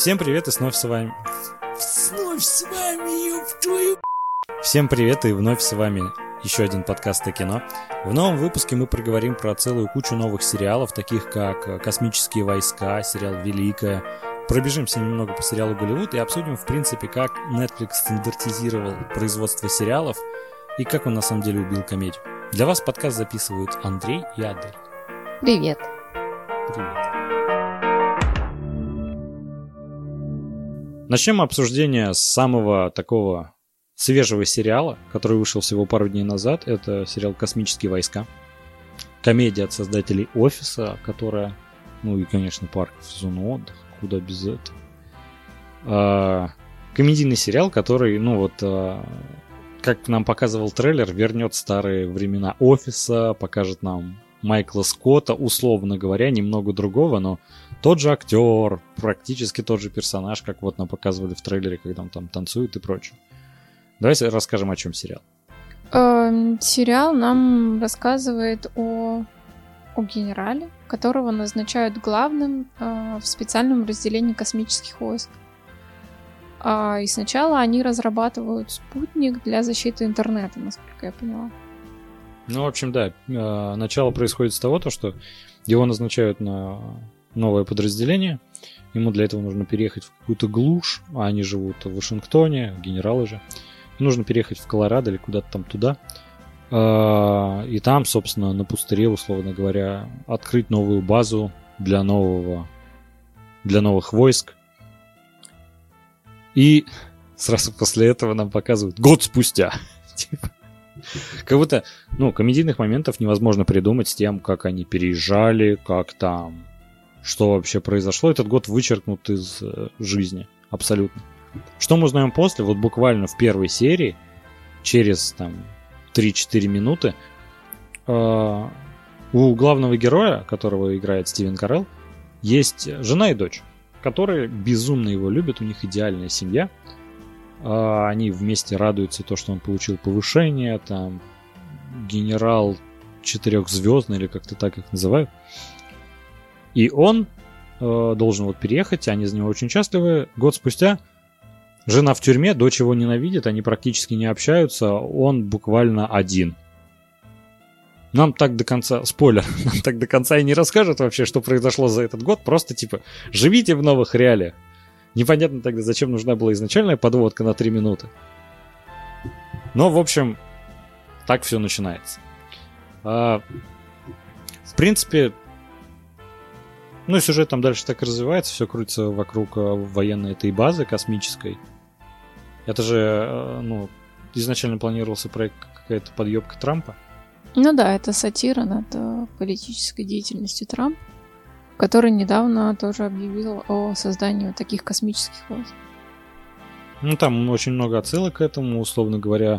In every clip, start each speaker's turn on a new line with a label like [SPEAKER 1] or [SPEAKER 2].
[SPEAKER 1] Всем привет и вновь с вами. Всем привет и вновь с вами еще один подкаст о кино. В новом выпуске мы проговорим про целую кучу новых сериалов, таких как «Космические войска», сериал «Великая». Пробежимся немного по сериалу «Голливуд» и обсудим, в принципе, как Netflix стандартизировал производство сериалов и как он на самом деле убил комедию. Для вас подкаст записывают Андрей и Адель.
[SPEAKER 2] Привет.
[SPEAKER 1] Привет. Начнем обсуждение с самого такого свежего сериала, который вышел всего пару дней назад. Это сериал «Космические войска». Комедия от создателей «Офиса», которая, ну и, конечно, парков, зона отдыха, куда без этого. Комедийный сериал, который, как нам показывал трейлер, вернет старые времена «Офиса», покажет нам Майкла Скотта, условно говоря, немного другого, но тот же актер, практически тот же персонаж, как вот нам показывали в трейлере, когда он там танцует и прочее. Давайте расскажем, о чем сериал.
[SPEAKER 2] Сериал нам рассказывает о генерале, которого назначают главным в специальном разделении космических войск. И сначала они разрабатывают спутник для защиты интернета, насколько я поняла.
[SPEAKER 1] Ну, в общем, да. Начало происходит с того, что его назначают на новое подразделение. Ему для этого нужно переехать в какую-то глушь, а они живут в Вашингтоне, генералы же. Нужно переехать в Колорадо или куда-то там туда. И там, собственно, на пустыре, условно говоря, открыть новую базу для новых войск. И сразу после этого нам показывают год спустя. Как будто, комедийных моментов невозможно придумать с тем, как они переезжали, как там, что вообще произошло. Этот год вычеркнут из жизни, абсолютно. Что мы узнаем после? Вот буквально в первой серии, через там 3-4 минуты, у главного героя, которого играет Стивен Карелл, есть жена и дочь, которые безумно его любят, у них идеальная семья. Они вместе радуются то, что он получил повышение, там, генерал 4-звездный, или как-то так их называют. И он должен вот переехать, они за него очень счастливы. Год спустя жена в тюрьме, дочь его ненавидит, они практически не общаются, он буквально один. Нам так до конца, спойлер, нам так до конца и не расскажут вообще, что произошло за этот год, просто типа живите в новых реалиях. Непонятно тогда, зачем нужна была изначальная подводка на 3 минуты. Но, в общем, так все начинается. В принципе, сюжет там дальше так и развивается, все крутится вокруг военной этой базы космической. Это же, изначально планировался проект какая-то подъебка Трампа.
[SPEAKER 2] Ну да, это сатира над политической деятельностью Трампа, который недавно тоже объявил о создании вот таких космических войск.
[SPEAKER 1] Там очень много отсылок к этому, условно говоря,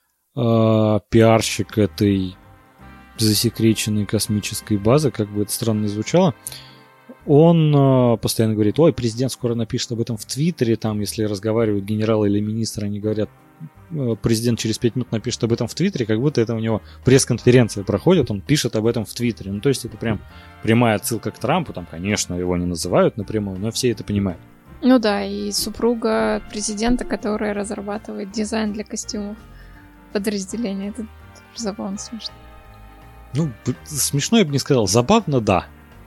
[SPEAKER 1] пиарщик этой засекреченной космической базы, как бы это странно ни звучало, он постоянно говорит: ой, президент скоро напишет об этом в Твиттере, там, если разговаривают генералы или министры, они говорят, президент через 5 минут напишет об этом в Твиттере, как будто это у него пресс-конференция проходит, он пишет об этом в Твиттере. То есть это прям прямая отсылка к Трампу, там, конечно, его не называют напрямую, но все это понимают.
[SPEAKER 2] Ну да, и супруга президента, которая разрабатывает дизайн для костюмов подразделения, это забавно, смешно.
[SPEAKER 1] Смешно я бы не сказал, забавно, да.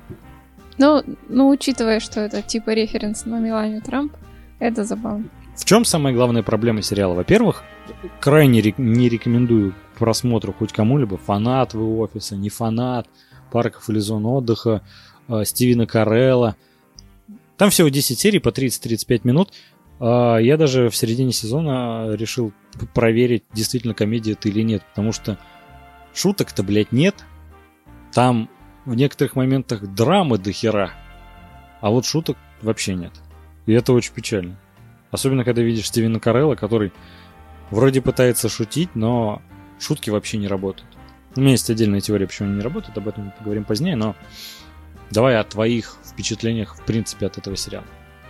[SPEAKER 2] Учитывая, что это типа референс на Меланию Трамп, это забавно.
[SPEAKER 1] В чем самая главная проблема сериала? Во-первых, крайне не рекомендую к просмотру хоть кому-либо, фанат вы «Офиса», не фанат, парков или зон отдыха, Стивена Карелла. Там всего 10 серий по 30-35 минут. Я даже в середине сезона решил проверить, действительно комедия это или нет, потому что шуток-то, блядь, нет. Там в некоторых моментах драмы до хера, а вот шуток вообще нет. И это очень печально. Особенно, когда видишь Стивена Карелла, который вроде пытается шутить, но шутки вообще не работают. У меня есть отдельная теория, почему они не работают, об этом мы поговорим позднее, но давай о твоих впечатлениях, в принципе, от этого сериала.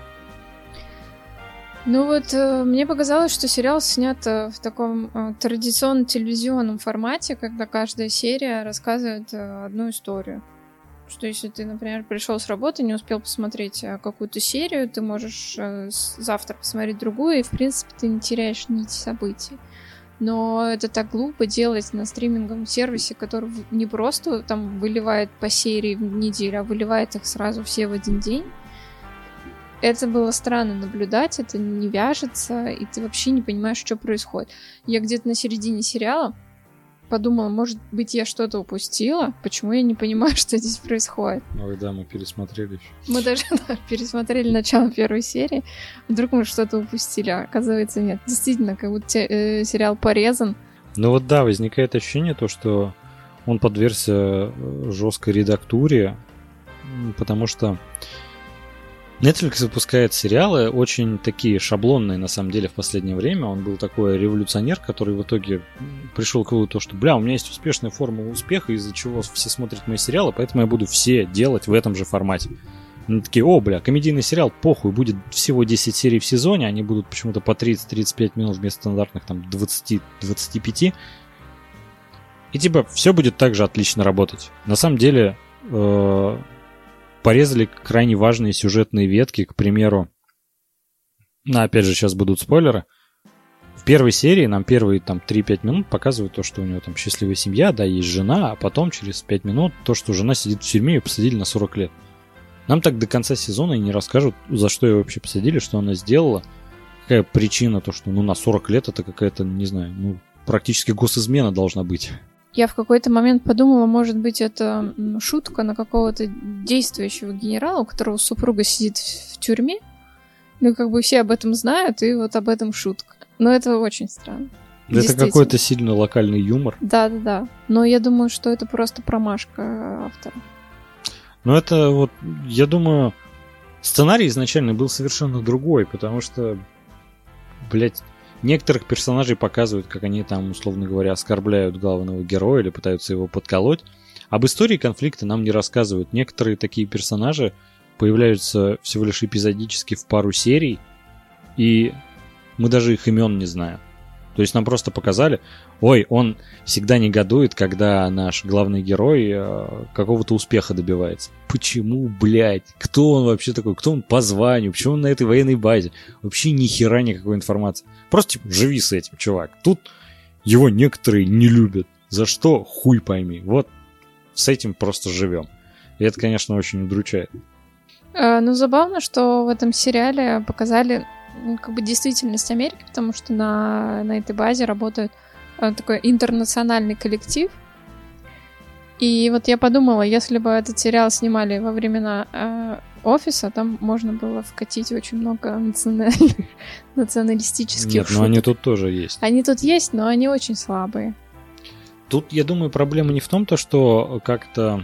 [SPEAKER 2] Мне показалось, что сериал снят в таком традиционном телевизионном формате, когда каждая серия рассказывает одну историю. Что если ты, например, пришел с работы, не успел посмотреть какую-то серию, ты можешь завтра посмотреть другую, и, в принципе, ты не теряешь нить событий. Но это так глупо делать на стриминговом сервисе, который не просто там выливает по серии в неделю, а выливает их сразу все в один день. Это было странно наблюдать, это не вяжется, и ты вообще не понимаешь, что происходит. Я где-то на середине сериала подумала, может быть, я что-то упустила? Почему я не понимаю, что здесь происходит?
[SPEAKER 1] Ой, да, мы пересмотрели еще.
[SPEAKER 2] Мы даже пересмотрели начало первой серии. Вдруг мы что-то упустили, а оказывается нет. Действительно, как будто сериал порезан.
[SPEAKER 1] Ну вот да, возникает ощущение, то, что он подвергся жесткой редактуре, потому что Netflix выпускает сериалы очень такие шаблонные, на самом деле, в последнее время. Он был такой революционер, который в итоге пришел к выводу, что, у меня есть успешная формула успеха, из-за чего все смотрят мои сериалы, поэтому я буду все делать в этом же формате. Они такие, комедийный сериал, похуй, будет всего 10 серий в сезоне, они будут почему-то по 30-35 минут вместо стандартных там 20-25. И типа все будет так же отлично работать. На самом деле порезали крайне важные сюжетные ветки, к примеру, опять же, сейчас будут спойлеры. В первой серии нам первые там 3-5 минут показывают то, что у него там счастливая семья, да, есть жена, а потом через 5 минут то, что жена сидит в тюрьме и посадили на 40 лет. Нам так до конца сезона и не расскажут, за что ее вообще посадили, что она сделала, какая причина, то, что на 40 лет это какая-то, не знаю, практически госизмена должна быть.
[SPEAKER 2] Я в какой-то момент подумала, может быть, это шутка на какого-то действующего генерала, у которого супруга сидит в тюрьме. Как бы все об этом знают, и вот об этом шутка. Но это очень странно.
[SPEAKER 1] Это какой-то сильно локальный юмор.
[SPEAKER 2] Да. Но я думаю, что это просто промашка автора.
[SPEAKER 1] Но это вот, я думаю, сценарий изначально был совершенно другой, потому что, некоторых персонажей показывают, как они там, условно говоря, оскорбляют главного героя или пытаются его подколоть. Об истории конфликта нам не рассказывают. Некоторые такие персонажи появляются всего лишь эпизодически в пару серий, и мы даже их имен не знаем. То есть нам просто показали, он всегда негодует, когда наш главный герой какого-то успеха добивается. Почему, Кто он вообще такой? Кто он по званию? Почему он на этой военной базе? Вообще ни хера никакой информации. Просто живи с этим, чувак. Тут его некоторые не любят. За что? Хуй пойми. Вот с этим просто живем. И это, конечно, очень удручает.
[SPEAKER 2] Забавно, что в этом сериале показали действительность Америки, потому что на этой базе работает такой интернациональный коллектив. И вот я подумала, если бы этот сериал снимали во времена офиса, там можно было вкатить очень много националистических шуток.
[SPEAKER 1] Они тут тоже есть.
[SPEAKER 2] Они тут есть, но они очень слабые.
[SPEAKER 1] Тут, я думаю, проблема не в том, что как-то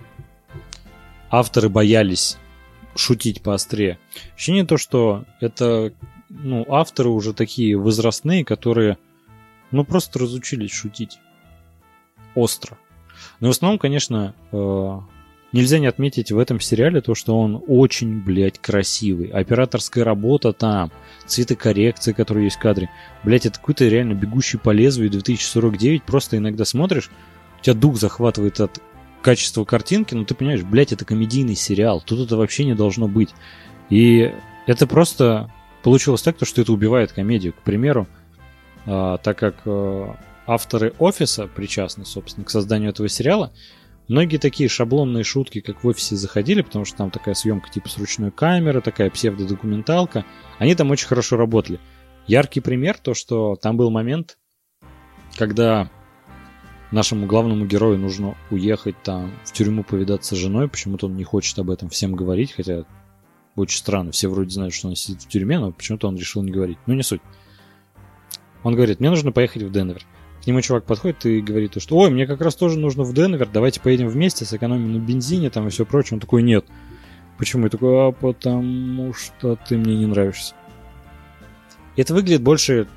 [SPEAKER 1] авторы боялись шутить поострее. Ощущение то, что это авторы уже такие возрастные, которые просто разучились шутить остро. Но в основном, конечно, нельзя не отметить в этом сериале то, что он очень, красивый. Операторская работа там, цветокоррекция, которая есть в кадре. Это какой-то реально бегущий по лезвию 2049. Просто иногда смотришь, у тебя дух захватывает от качества картинки, но ты понимаешь, это комедийный сериал. Тут это вообще не должно быть. И это просто получилось так, что это убивает комедию. К примеру, так как авторы «Офиса» причастны, собственно, к созданию этого сериала, многие такие шаблонные шутки, как в «Офисе», заходили, потому что там такая съемка типа с ручной камеры, такая псевдодокументалка, они там очень хорошо работали. Яркий пример, то, что там был момент, когда нашему главному герою нужно уехать там в тюрьму повидаться с женой, почему-то он не хочет об этом всем говорить, хотя очень странно, все вроде знают, что он сидит в тюрьме, но почему-то он решил не говорить. Не суть. Он говорит, мне нужно поехать в Денвер. К нему чувак подходит и говорит, что мне как раз тоже нужно в Денвер, давайте поедем вместе, сэкономим на бензине там и все прочее. Он такой, нет. Почему? Я такой, потому что ты мне не нравишься. Это выглядит больше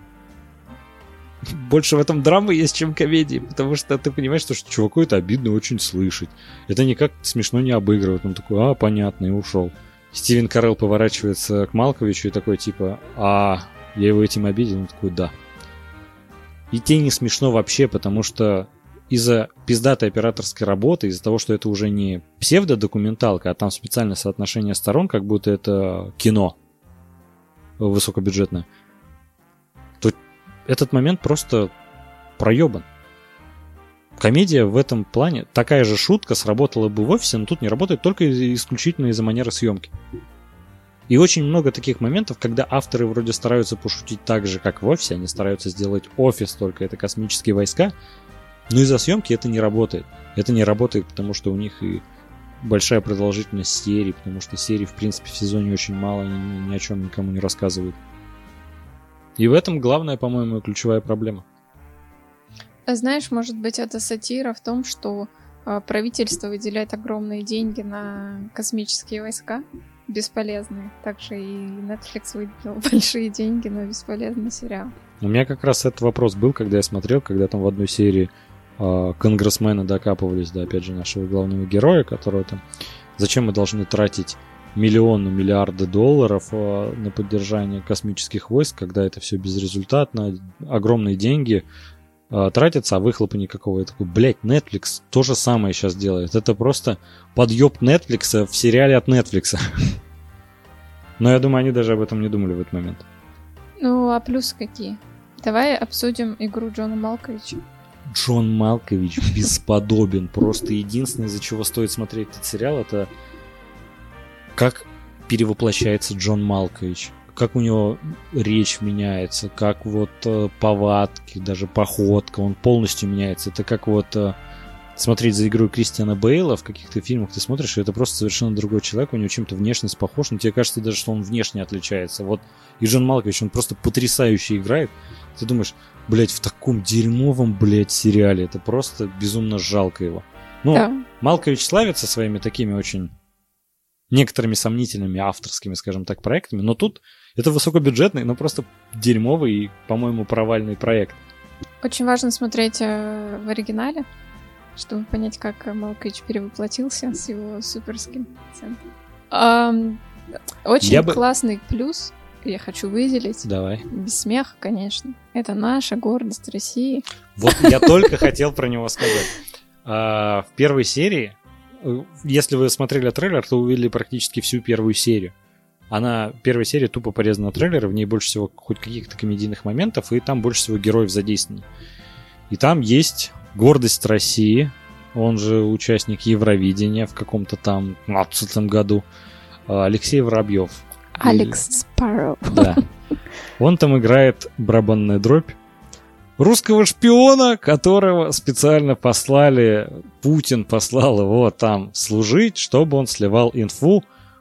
[SPEAKER 1] в этом драмы есть, чем комедии, потому что ты понимаешь, что чуваку это обидно очень слышать. Это никак смешно не обыгрывает. Он такой, понятно, и ушел. Стивен Карелл поворачивается к Малковичу и такой, типа, я его этим обидел? Он такой, да. И тебе не смешно вообще, потому что из-за пиздатой операторской работы, из-за того, что это уже не псевдодокументалка, а там специальное соотношение сторон, как будто это кино высокобюджетное, то этот момент просто проебан. Комедия в этом плане, такая же шутка сработала бы в офисе, но тут не работает только исключительно из-за манеры съемки. И очень много таких моментов, когда авторы вроде стараются пошутить так же, как в офисе, они стараются сделать офис, только это космические войска, но из-за съемки это не работает. Это не работает, потому что у них и большая продолжительность серий, потому что серий, в принципе, в сезоне очень мало, они ни о чем никому не рассказывают. И в этом главная, по-моему, ключевая проблема.
[SPEAKER 2] Знаешь, может быть, это сатира в том, что правительство выделяет огромные деньги на космические войска, бесполезные. Также и Netflix выделил большие деньги на бесполезный сериал.
[SPEAKER 1] У меня как раз этот вопрос был, когда я смотрел, когда там в одной серии конгрессмены докапывались до, опять же, нашего главного героя, которого там... Зачем мы должны тратить миллионы, миллиарды долларов на поддержание космических войск, когда это все безрезультатно, огромные деньги тратятся, а выхлопа никакого. Я такой, блять, Netflix то же самое сейчас делает. Это просто подъеб Netflix в сериале от Netflix. Но я думаю, они даже об этом не думали в этот момент.
[SPEAKER 2] Ну, а плюсы какие? Давай обсудим игру Джона Малковича.
[SPEAKER 1] Джон Малкович бесподобен. Просто единственное, из-за чего стоит смотреть этот сериал, это как перевоплощается Джон Малкович. Как у него речь меняется, как вот повадки, даже походка, он полностью меняется. Это как вот смотреть за игрой Кристиана Бейла в каких-то фильмах ты смотришь, и это просто совершенно другой человек, у него чем-то внешность похож, но тебе кажется даже, что он внешне отличается. Вот и Джон Малкович, он просто потрясающе играет. Ты думаешь, блядь, в таком дерьмовом, блядь, сериале, это просто безумно жалко его. Ну, да. Малкович славится своими такими очень некоторыми сомнительными авторскими, скажем так, проектами, но тут это высокобюджетный, но просто дерьмовый и, по-моему, провальный проект.
[SPEAKER 2] Очень важно смотреть в оригинале, чтобы понять, как Малкович перевоплотился с его суперским акцентом. Очень классный плюс, я хочу выделить.
[SPEAKER 1] Давай.
[SPEAKER 2] Без смеха, конечно. Это наша гордость России.
[SPEAKER 1] Вот я только хотел про него сказать. В первой серии, если вы смотрели трейлер, то увидели практически всю первую серию. Первая серия тупо порезана на трейлеры, в ней больше всего хоть каких-то комедийных моментов, и там больше всего героев задействовано. И там есть гордость России, он же участник Евровидения в каком-то там 2015 году, Алексей Воробьев.
[SPEAKER 2] Алекс Спарроу.
[SPEAKER 1] Да. Он там играет барабанную дробь русского шпиона, которого специально Путин послал его там служить, чтобы он сливал инфу.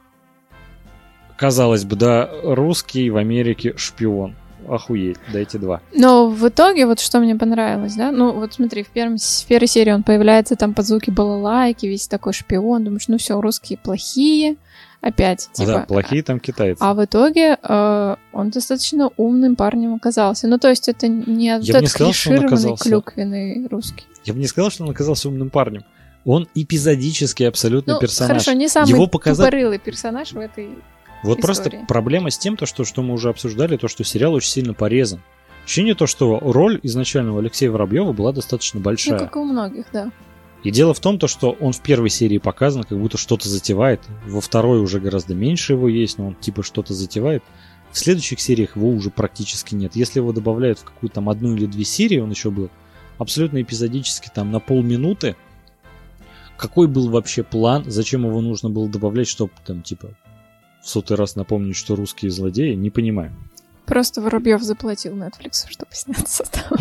[SPEAKER 1] Казалось бы, да, русский в Америке шпион. Охуеть, дайте 2.
[SPEAKER 2] Но в итоге, вот что мне понравилось, да, ну вот смотри, в первой серии он появляется там под звуки балалайки, весь такой шпион, думаешь, ну все, русские плохие, опять, типа...
[SPEAKER 1] Да, плохие там китайцы.
[SPEAKER 2] А в итоге он достаточно умным парнем оказался. Ну то есть это не этот клишированный клюквенный русский.
[SPEAKER 1] Я бы не сказал, что он оказался умным парнем. Он эпизодический абсолютно персонаж.
[SPEAKER 2] Хорошо, не самый тупорылый персонаж в этой...
[SPEAKER 1] Вот
[SPEAKER 2] истории.
[SPEAKER 1] Просто проблема с тем, что мы уже обсуждали, то, что сериал очень сильно порезан. Ощущение то, что роль изначально у Алексея Воробьева была достаточно большая.
[SPEAKER 2] Ну, как и у многих, да.
[SPEAKER 1] И дело в том, что он в первой серии показан, как будто что-то затевает. Во второй уже гораздо меньше его есть, но он типа что-то затевает. В следующих сериях его уже практически нет. Если его добавляют в какую-то там 1 или 2 серии, он еще был абсолютно эпизодически, там на полминуты. Какой был вообще план? Зачем его нужно было добавлять, чтобы там типа... в 100-й раз напомнить, что русские злодеи, не понимаю.
[SPEAKER 2] Просто Воробьев заплатил Netflix, чтобы сняться там.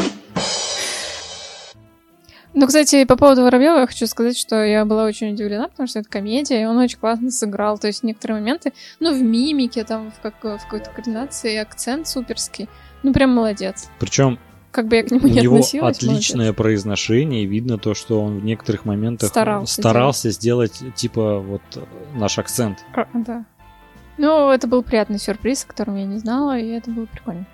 [SPEAKER 2] Ну, кстати, по поводу Воробьева я хочу сказать, что я была очень удивлена, потому что это комедия, и он очень классно сыграл. То есть некоторые моменты, ну, в мимике, там, в какой-то координации, акцент суперский. Ну, прям молодец.
[SPEAKER 1] Причем
[SPEAKER 2] как бы я к нему не относилась.
[SPEAKER 1] У него отличное молодец. Произношение, и видно то, что он в некоторых моментах старался сделать, типа, вот, наш акцент.
[SPEAKER 2] Да. Ну, это был приятный сюрприз, о котором я не знала, и это было прикольно.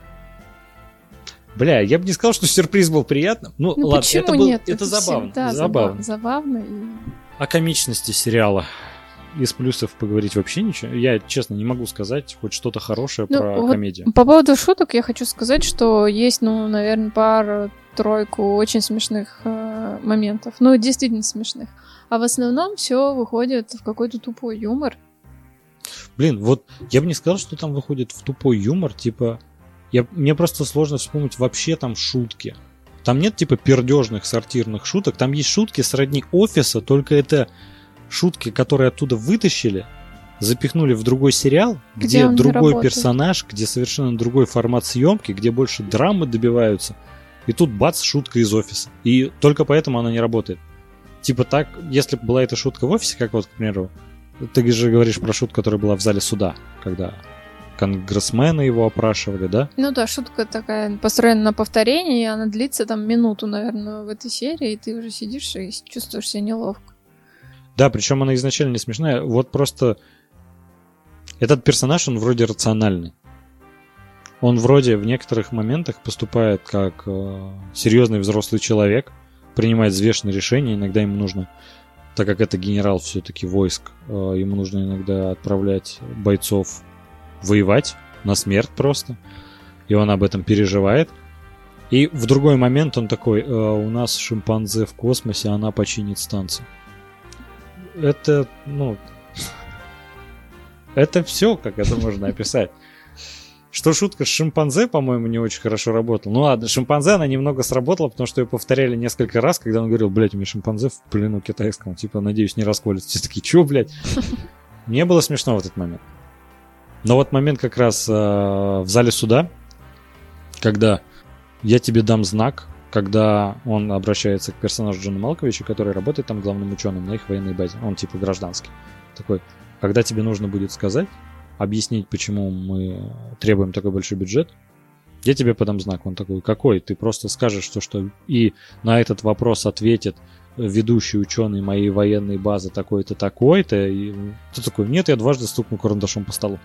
[SPEAKER 1] Бля, я бы не сказал, что сюрприз был приятным. Ну ладно, это был, нет? Это забавно.
[SPEAKER 2] Да, забавно. Забавно и...
[SPEAKER 1] О комичности сериала. Из плюсов поговорить вообще ничего. Я, честно, не могу сказать хоть что-то хорошее про
[SPEAKER 2] вот
[SPEAKER 1] комедию.
[SPEAKER 2] По поводу шуток я хочу сказать, что есть, ну, наверное, пару-тройку очень смешных моментов. Ну, действительно смешных. А в основном все выходит в какой-то тупой юмор.
[SPEAKER 1] Блин, вот я бы не сказал, что там выходит в тупой юмор, типа... Мне просто сложно вспомнить вообще там шутки. Там нет типа пердежных сортирных шуток, там есть шутки сродни Офиса, только это шутки, которые оттуда вытащили, запихнули в другой сериал, где другой персонаж, где совершенно другой формат съемки, где больше драмы добиваются, и тут бац, шутка из Офиса. И только поэтому она не работает. Типа так, если бы была эта шутка в Офисе, как вот, к примеру, ты же говоришь про шутку, которая была в зале суда, когда конгрессмены его опрашивали, да?
[SPEAKER 2] Ну да, шутка такая построена на повторении, и она длится там минуту, наверное, в этой серии, и ты уже сидишь и чувствуешь себя неловко.
[SPEAKER 1] Да, причем она изначально не смешная. Вот просто этот персонаж, он вроде рациональный. Он вроде в некоторых моментах поступает как серьезный взрослый человек, принимает взвешенные решения, иногда ему нужно, так как это генерал все-таки войск, ему нужно иногда отправлять бойцов воевать на смерть просто, и он об этом переживает. И в другой момент он такой: у нас шимпанзе в космосе, она починит станцию. Это, это все, как это можно описать. Что шутка с шимпанзе, по-моему, не очень хорошо работала. Ну ладно, шимпанзе, она немного сработала, потому что ее повторяли несколько раз, когда он говорил: блядь, у меня шимпанзе в плену китайском, типа, надеюсь, не расколется. Все такие: чё, блядь? Мне было смешно в этот момент. Но вот момент как раз в зале суда, когда я тебе дам знак, когда он обращается к персонажу Джона Малковича, который работает там главным ученым на их военной базе. Он типа гражданский. Такой: когда тебе нужно будет сказать, объяснить, почему мы требуем такой большой бюджет, я тебе подам знак. Он такой: какой? Ты просто скажешь, что... И на этот вопрос ответит ведущий ученый моей военной базы такой-то, такой-то. И ты такой: нет, я дважды стукну карандашом по столу.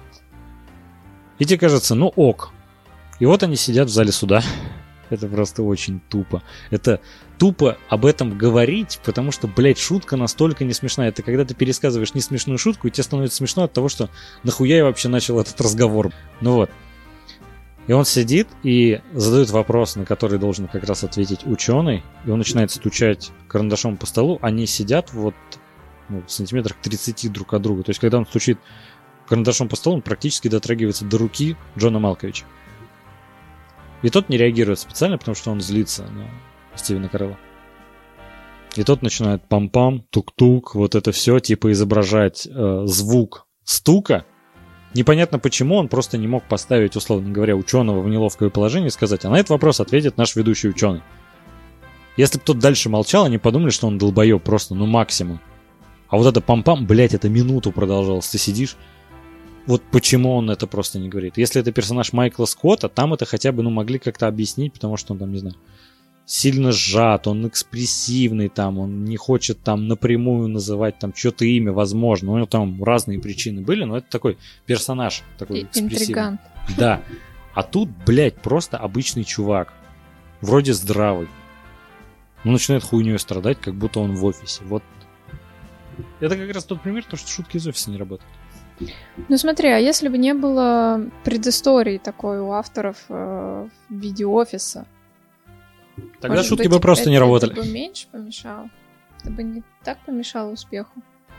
[SPEAKER 1] И тебе кажется, ну ок. И вот они сидят в зале суда. Это просто очень тупо. Это тупо об этом говорить, потому что, блядь, шутка настолько не смешная. Это когда ты пересказываешь не смешную шутку, и тебе становится смешно от того, что нахуя я вообще начал этот разговор. Ну вот. И он сидит и задает вопрос, на который должен как раз ответить ученый. И он начинает стучать карандашом по столу. Они сидят вот в сантиметрах 30 друг от друга. То есть, когда он стучит карандашом по столу, он практически дотрагивается до руки Джона Малковича. И тот не реагирует специально, потому что он злится на Стивена Карелла. И тот начинает пам-пам, тук-тук, вот это все, типа изображать звук стука. Непонятно почему, он просто не мог поставить, условно говоря, ученого в неловкое положение и сказать: а на этот вопрос ответит наш ведущий ученый. Если бы тот дальше молчал, они подумали, что он долбоеб просто, максимум. А вот это пам-пам, блядь, это минуту продолжалось. Ты сидишь. Вот почему он это просто не говорит. Если это персонаж Майкла Скотта, там это хотя бы, могли как-то объяснить, потому что он там, не знаю, сильно сжат, он экспрессивный там, он не хочет там напрямую называть там что-то имя, возможно. У него там разные причины были, но это такой персонаж, такой экспрессивный.
[SPEAKER 2] Интригант.
[SPEAKER 1] Да. А тут, блядь, просто обычный чувак. Вроде здравый. Он начинает хуйней страдать, как будто он в офисе. Вот. Это как раз тот пример, что шутки из офиса не работают.
[SPEAKER 2] Ну смотри, а если бы не было предыстории такой у авторов в виде офиса?
[SPEAKER 1] Тогда
[SPEAKER 2] может
[SPEAKER 1] шутки
[SPEAKER 2] быть,
[SPEAKER 1] бы просто не работали.
[SPEAKER 2] Это бы меньше помешало? Это бы не так помешало успеху?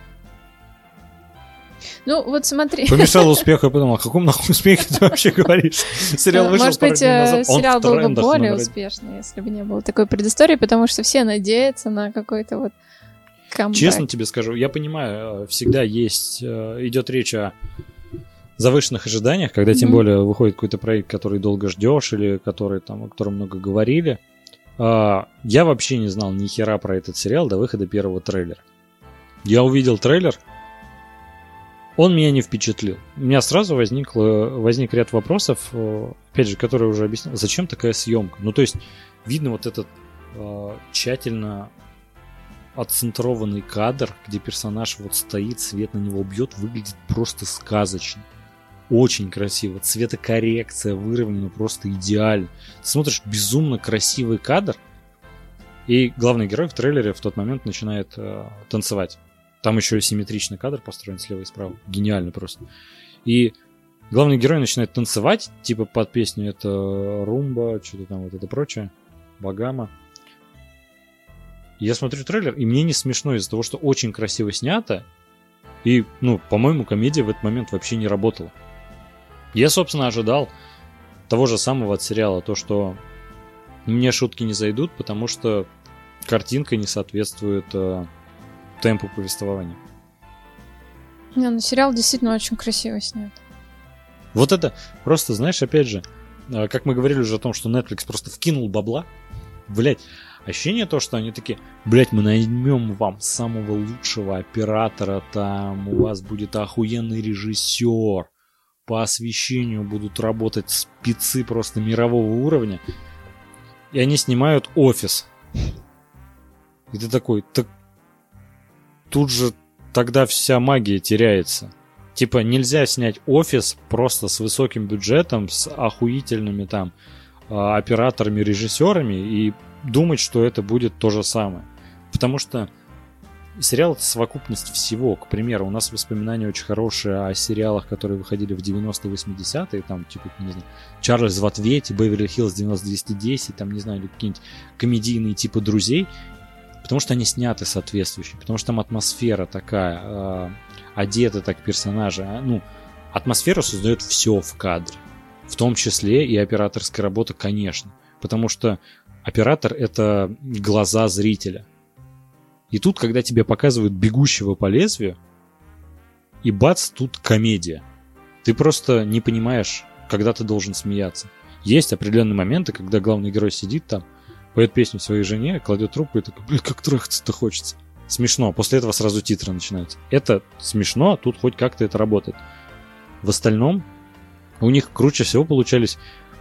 [SPEAKER 2] Ну, вот смотри.
[SPEAKER 1] Помешало успеху, я подумал: о каком нахуй успехе ты вообще говоришь? Сериал вышел пару дней назад.
[SPEAKER 2] Может быть, сериал был бы более успешный, если бы не было такой предыстории, потому что все надеются на какой-то вот камбэк.
[SPEAKER 1] Честно тебе скажу, я понимаю, всегда идет речь о завышенных ожиданиях, когда тем более выходит какой-то проект, который долго ждешь, или который там, о котором много говорили. Я вообще не знал ни хера про этот сериал до выхода первого трейлера. Я увидел трейлер, он меня не впечатлил. У меня сразу возник ряд вопросов, опять же, которые уже объяснил. Зачем такая съемка? Ну, то есть, видно вот этот тщательно отцентрованный кадр, где персонаж вот стоит, свет на него бьет, выглядит просто сказочно. Очень красиво. Цветокоррекция выровнена просто идеально. Ты смотришь безумно красивый кадр, и главный герой в трейлере в тот момент начинает танцевать. Там еще и симметричный кадр построен слева и справа. Гениально просто. И главный герой начинает танцевать, типа под песню это румба, что-то там вот это прочее. Багама. Я смотрю трейлер, и мне не смешно из-за того, что очень красиво снято. И, по-моему, комедия в этот момент вообще не работала. Я, собственно, ожидал того же самого от сериала. То, что мне шутки не зайдут, потому что картинка не соответствует темпу повествования.
[SPEAKER 2] Сериал действительно очень красиво снят.
[SPEAKER 1] Вот это просто, знаешь, опять же, как мы говорили уже о том, что Netflix просто вкинул бабла. Блять, ощущение то, что они такие, блять, мы наймем вам самого лучшего оператора, там у вас будет охуенный режиссер, по освещению будут работать спецы просто мирового уровня, и они снимают «Офис». И ты такой, так тут же тогда вся магия теряется. Типа нельзя снять «Офис» просто с высоким бюджетом, с охуительными там операторами, режиссерами и думать, что это будет то же самое. Потому что сериал — это совокупность всего. К примеру, у нас воспоминания очень хорошие о сериалах, которые выходили в 90-е, 80-е, там, типа, не знаю, «Чарльз в ответе», «Беверли-Хиллз 90210», там, не знаю, какие-нибудь комедийные типа «Друзей», потому что они сняты соответствующе, потому что там атмосфера такая, одеты так персонажи. Атмосферу создает все в кадре. В том числе и операторская работа, конечно. Потому что оператор — это глаза зрителя. И тут, когда тебе показывают бегущего по лезвию, и бац, тут комедия. Ты просто не понимаешь, когда ты должен смеяться. Есть определенные моменты, когда главный герой сидит там, поет песню своей жене, кладет трубку и такой, блин, как трахаться-то хочется. Смешно. После этого сразу титры начинаются. Это смешно, тут хоть как-то это работает. В остальном у них круче всего получались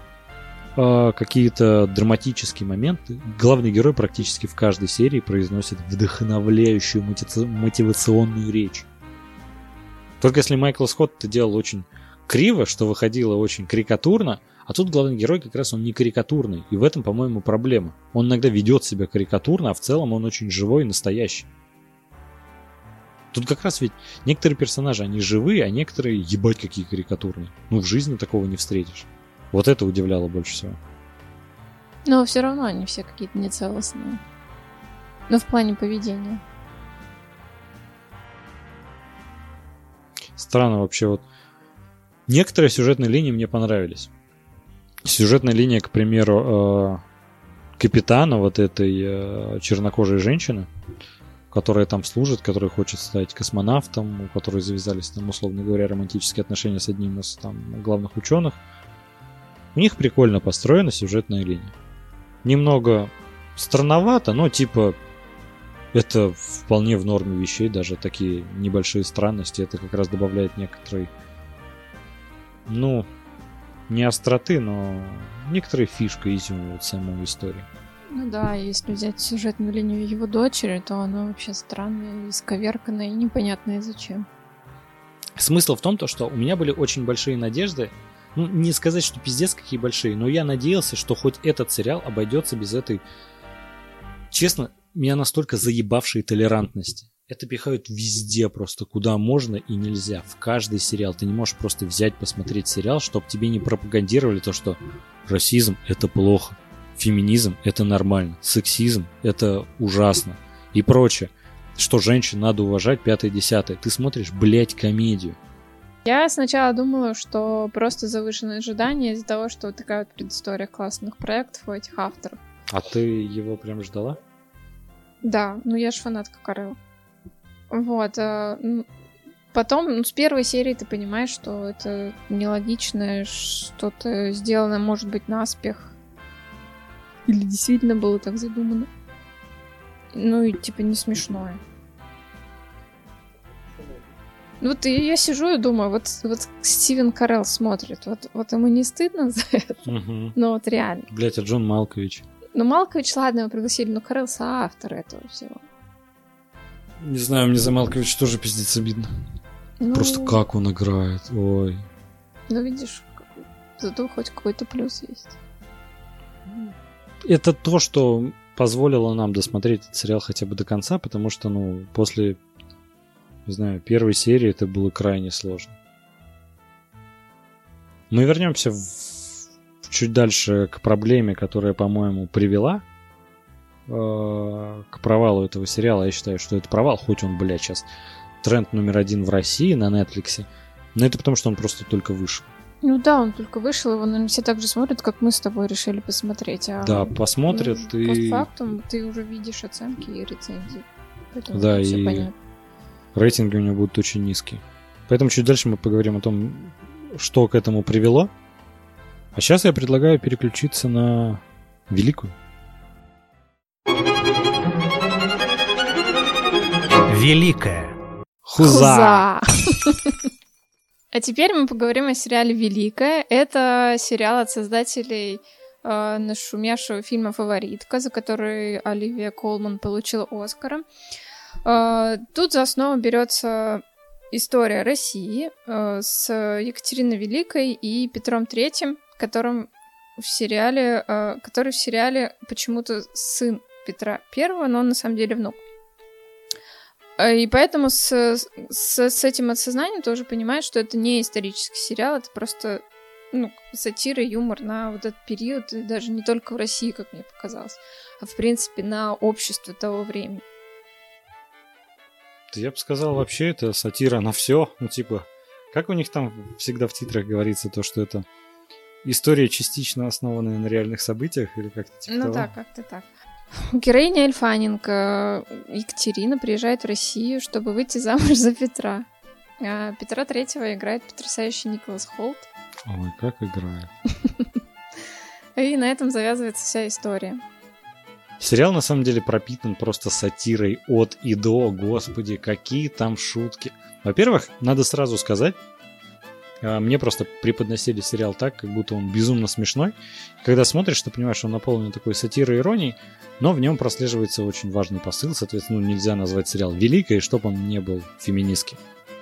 [SPEAKER 1] какие-то драматические моменты. Главный герой практически в каждой серии произносит вдохновляющую мотивационную речь. Только если Майкл Скотт это делал очень криво, что выходило очень карикатурно, а тут главный герой как раз он не карикатурный. И в этом, по-моему, проблема. Он иногда ведет себя карикатурно, а в целом он очень живой и настоящий. Тут как раз ведь некоторые персонажи, они живые, а некоторые, ебать, какие карикатурные. В жизни такого не встретишь. Вот это удивляло больше всего.
[SPEAKER 2] Но все равно они все какие-то нецелостные. В плане поведения.
[SPEAKER 1] Странно вообще вот. Некоторые сюжетные линии мне понравились. Сюжетная линия, к примеру, капитана вот этой чернокожей женщины, которая там служит, которая хочет стать космонавтом, у которой завязались там, условно говоря, романтические отношения с одним из там главных ученых. У них прикольно построена сюжетная линия. Немного странновато, но типа это вполне в норме вещей, даже такие небольшие странности. Это как раз добавляет некоторые, не остроты, но некоторые фишка изюма в самой истории.
[SPEAKER 2] Да, если взять сюжетную линию его дочери, то она вообще странная, исковерканная и непонятная зачем.
[SPEAKER 1] Смысл в том, что у меня были очень большие надежды. Не сказать, что пиздец какие большие, но я надеялся, что хоть этот сериал обойдется без этой, честно, меня настолько заебавшей толерантности. Это пихают везде просто, куда можно и нельзя. В каждый сериал. Ты не можешь просто взять, посмотреть сериал, чтобы тебе не пропагандировали то, что расизм — это плохо, феминизм — это нормально, сексизм — это ужасно и прочее. Что женщин надо уважать, 5-10. Ты смотришь, блять, комедию.
[SPEAKER 2] Я сначала думала, что просто завышенные ожидания из-за того, что такая вот предыстория классных проектов у этих авторов.
[SPEAKER 1] А ты его прям ждала?
[SPEAKER 2] Да, я же фанатка Карелла. Вот. Потом, с первой серии ты понимаешь, что это нелогичное, что-то сделано, может быть, наспех. Или действительно было так задумано. И типа не смешное. Я сижу и думаю, вот Стивен Карелл смотрит, вот ему не стыдно за это?
[SPEAKER 1] Угу.
[SPEAKER 2] Вот реально.
[SPEAKER 1] Блять, а Джон Малкович?
[SPEAKER 2] Малкович, ладно, его пригласили, но Карелл соавтор этого всего.
[SPEAKER 1] Не знаю, мне за Малковича тоже пиздец обидно. Просто как он играет, ой.
[SPEAKER 2] Видишь, зато хоть какой-то плюс есть.
[SPEAKER 1] Это то, что позволило нам досмотреть этот сериал хотя бы до конца, потому что, после, не знаю, первой серии это было крайне сложно. Мы вернемся чуть дальше к проблеме, которая, по-моему, привела к провалу этого сериала. Я считаю, что это провал, хоть он, блядь, сейчас тренд номер 1 в России на Netflix. Но это потому, что он просто только вышел.
[SPEAKER 2] Ну да, он только вышел, его, наверное, все так же смотрят, как мы с тобой решили посмотреть.
[SPEAKER 1] Да, посмотрят и...
[SPEAKER 2] Постфактум ты уже видишь оценки и рецензии. Поэтому
[SPEAKER 1] да,
[SPEAKER 2] все
[SPEAKER 1] и
[SPEAKER 2] понятно.
[SPEAKER 1] Рейтинги у него будут очень низкие. Поэтому чуть дальше мы поговорим о том, что к этому привело. А сейчас я предлагаю переключиться на великую.
[SPEAKER 3] Великая.
[SPEAKER 1] Хуза!
[SPEAKER 2] А теперь мы поговорим о сериале «Великая». Это сериал от создателей нашумевшего фильма «Фаворитка», за который Оливия Колман получила Оскара. Тут за основу берется история России с Екатериной Великой и Петром III, который в сериале почему-то сын Петра I, но он на самом деле внук. И поэтому с этим осознанием тоже понимаешь, что это не исторический сериал, это просто сатира, юмор на вот этот период, и даже не только в России, как мне показалось, а в принципе на общество того времени.
[SPEAKER 1] Я бы сказал, вообще это сатира на все. Как у них там всегда в титрах говорится, то, что это история, частично основанная на реальных событиях, или как-то типа того?
[SPEAKER 2] Да, как-то так. Героиня Эль Фаннинг, Екатерина, приезжает в Россию, чтобы выйти замуж за Петра. А Петра III играет потрясающий Николас Холт.
[SPEAKER 1] Ой, как играет.
[SPEAKER 2] И на этом завязывается вся история.
[SPEAKER 1] Сериал на самом деле пропитан просто сатирой от и до. Господи, какие там шутки. Во-первых, надо сразу сказать, мне просто преподносили сериал так, как будто он безумно смешной. Когда смотришь, ты понимаешь, что он наполнен такой сатирой и иронией, но в нем прослеживается очень важный посыл. Соответственно, нельзя назвать сериал «Великой», чтобы он не был феминистским.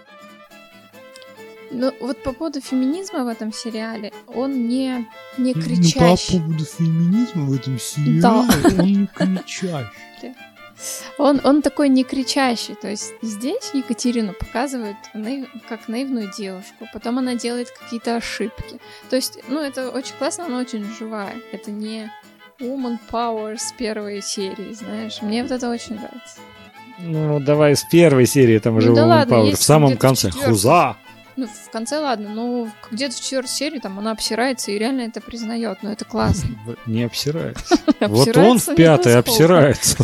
[SPEAKER 2] Ну, вот по поводу феминизма в этом сериале, он не кричащий.
[SPEAKER 1] По поводу феминизма в этом сериале, он не кричащий.
[SPEAKER 2] Он такой не кричащий. То есть здесь Екатерину показывают как наивную девушку. Потом она делает какие-то ошибки. То есть, это очень классно, она очень живая. Это не woman power с первой серии, знаешь. Мне вот это очень нравится.
[SPEAKER 1] Ну, давай с первой серии там уже woman power. В самом конце хуза.
[SPEAKER 2] В конце ладно, но где-то в 4 серии там она обсирается и реально это признает, но это классно.
[SPEAKER 1] Не обсирается. Вот он в 5-й обсирается.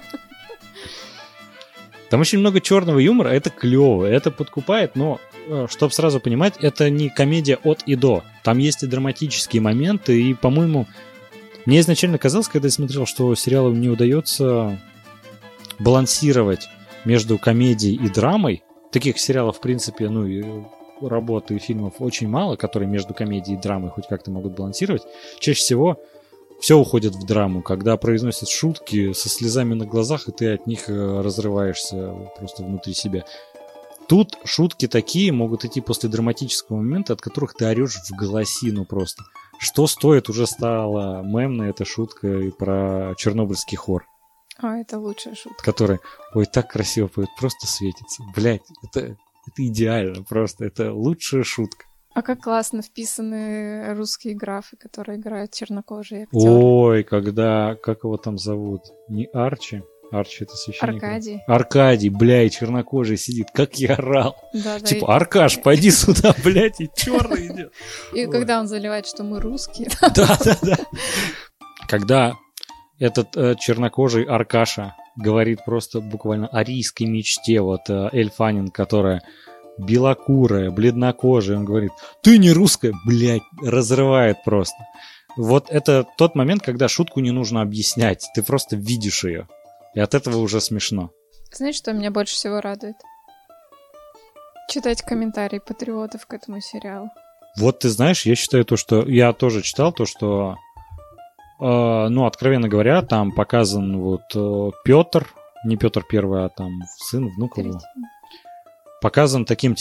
[SPEAKER 1] Там очень много черного юмора, это клево, это подкупает, но, чтобы сразу понимать, это не комедия от и до. Там есть и драматические моменты, и, по-моему, мне изначально казалось, когда я смотрел, что сериалу не удается балансировать между комедией и драмой. Таких сериалов, в принципе, и работ и фильмов очень мало, которые между комедией и драмой хоть как-то могут балансировать. Чаще всего все уходит в драму, когда произносят шутки со слезами на глазах, и ты от них разрываешься просто внутри себя. Тут шутки такие могут идти после драматического момента, от которых ты орешь в голосину просто. Что стоит, уже стала мемной эта шутка и про чернобыльский хор.
[SPEAKER 2] Это лучшая шутка.
[SPEAKER 1] Который, так красиво поет, просто светится. Блять, это идеально просто, это лучшая шутка.
[SPEAKER 2] А как классно вписаны русские графы, которые играют чернокожие актеры.
[SPEAKER 1] Ой, как его там зовут? Не Арчи? Арчи это священник. Аркадий, и чернокожий сидит, как я орал.
[SPEAKER 2] Да,
[SPEAKER 1] Аркаш, пойди сюда, блядь, и черный идет.
[SPEAKER 2] И когда он заливает, что мы русские.
[SPEAKER 1] Да. Когда этот чернокожий Аркаша говорит просто буквально арийской мечте, Эль Фаннинг, которая белокурая, бледнокожая, он говорит, ты не русская, разрывает просто. Вот это тот момент, когда шутку не нужно объяснять, ты просто видишь ее, и от этого уже смешно.
[SPEAKER 2] Знаешь, что меня больше всего радует? Читать комментарии патриотов к этому сериалу.
[SPEAKER 1] Вот ты знаешь, я считаю то, что я тоже читал то, что откровенно говоря, там показан Петр, не Петр I, а там сын, внук его. Показан таким,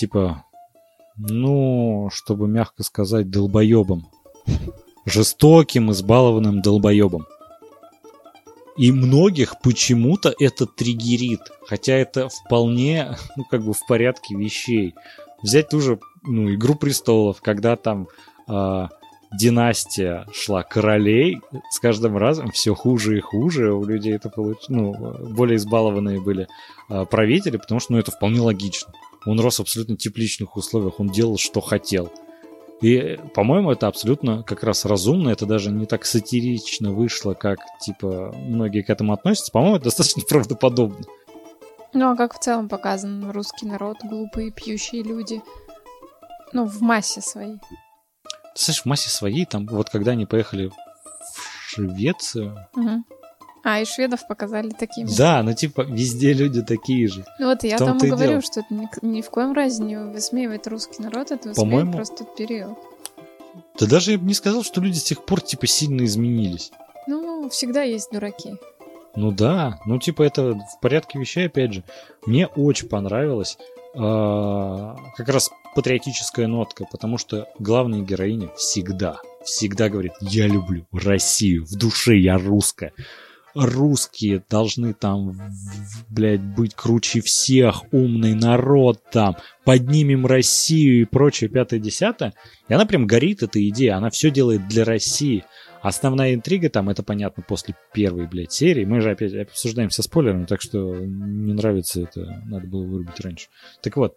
[SPEAKER 1] чтобы мягко сказать, долбоебом. Жестоким, избалованным долбоебом. И многих почему-то это триггерит. Хотя это вполне, в порядке вещей. Взять ту же, «Игру престолов», когда там династия шла королей, с каждым разом все хуже и хуже. У людей это более избалованные были правители, потому что это вполне логично. Он рос в абсолютно тепличных условиях, он делал, что хотел. И, по-моему, это абсолютно как раз разумно, это даже не так сатирично вышло, как, типа, многие к этому относятся. По-моему, это достаточно правдоподобно.
[SPEAKER 2] Ну, а как в целом показан русский народ, глупые, пьющие люди? Ну, в массе своей.
[SPEAKER 1] Ты знаешь, в массе своей, там, вот когда они поехали в Швецию...
[SPEAKER 2] Угу. А, и шведов показали такими.
[SPEAKER 1] Да, типа, везде люди такие же.
[SPEAKER 2] Ну вот я тому говорю, что это ни в коем разе не высмеивает русский народ, это высмеивает просто тот период.
[SPEAKER 1] Да даже я бы не сказал, что люди с тех пор, типа, сильно изменились.
[SPEAKER 2] Ну, всегда есть дураки.
[SPEAKER 1] Ну да, типа, это в порядке вещей, опять же. Мне очень понравилось как раз патриотическая нотка, потому что главная героиня всегда говорит: я люблю Россию, в душе я русская. Русские должны там, блядь, быть круче всех, умный народ там, поднимем Россию и прочее, 5-10. И она прям горит этой идеей, она все делает для России. Основная интрига там, это понятно, после первой, блядь, серии. Мы же опять обсуждаем со спойлерами, так что не нравится это, надо было вырубить раньше. Так вот,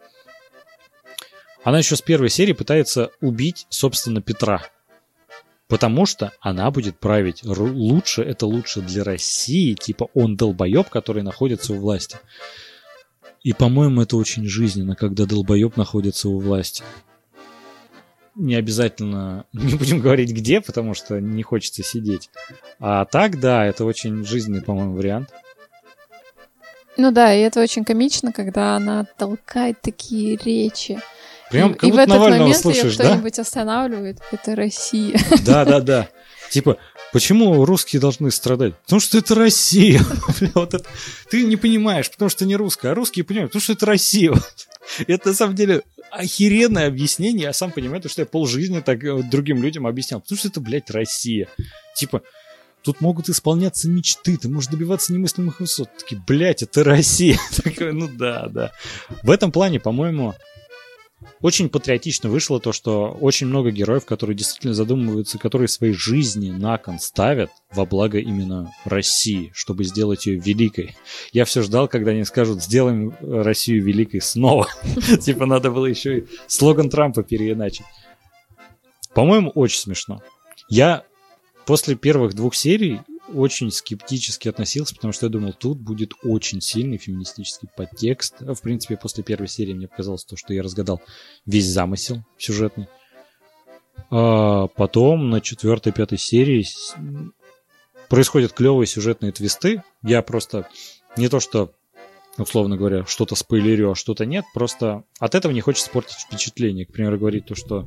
[SPEAKER 1] она еще с первой серии пытается убить, собственно, Петра. Потому что она будет править лучше, это лучше для России, типа он долбоеб, который находится у власти. И, по-моему, это очень жизненно, когда долбоеб находится у власти. Не обязательно, не будем говорить где, потому что не хочется сидеть. А так, да, это очень жизненный, по-моему, вариант.
[SPEAKER 2] Ну да, и это очень комично, когда она толкает такие речи.
[SPEAKER 1] Прям как
[SPEAKER 2] и в этот момент
[SPEAKER 1] слушаешь,
[SPEAKER 2] ее кто-нибудь останавливает. Это Россия.
[SPEAKER 1] Да. Типа, почему русские должны страдать? Потому что это Россия. Вот это. Ты не понимаешь, потому что не русская, а русские понимают, потому что это Россия. Это на самом деле охеренное объяснение. Я сам понимаю, что я полжизни так другим людям объяснял. Потому что это, блядь, Россия. Типа, тут могут исполняться мечты, ты можешь добиваться немыслимых высот. Такие, блядь, это Россия. Такой, да. В этом плане, по-моему, очень патриотично вышло то, что очень много героев, которые действительно задумываются, которые свои жизни на кон ставят во благо именно России, чтобы сделать ее великой. Я все ждал, когда они скажут: сделаем Россию великой снова. Типа надо было еще и слоган Трампа переиначить. По-моему, очень смешно. Я после первых 2 серий очень скептически относился, потому что я думал, тут будет очень сильный феминистический подтекст. В принципе, после первой серии мне показалось то, что я разгадал весь замысел сюжетный. А потом на 4-5 серии происходят клевые сюжетные твисты. Я просто не то что, условно говоря, что-то спойлерю, а что-то нет, просто от этого не хочется портить впечатление. К примеру, говорить то, что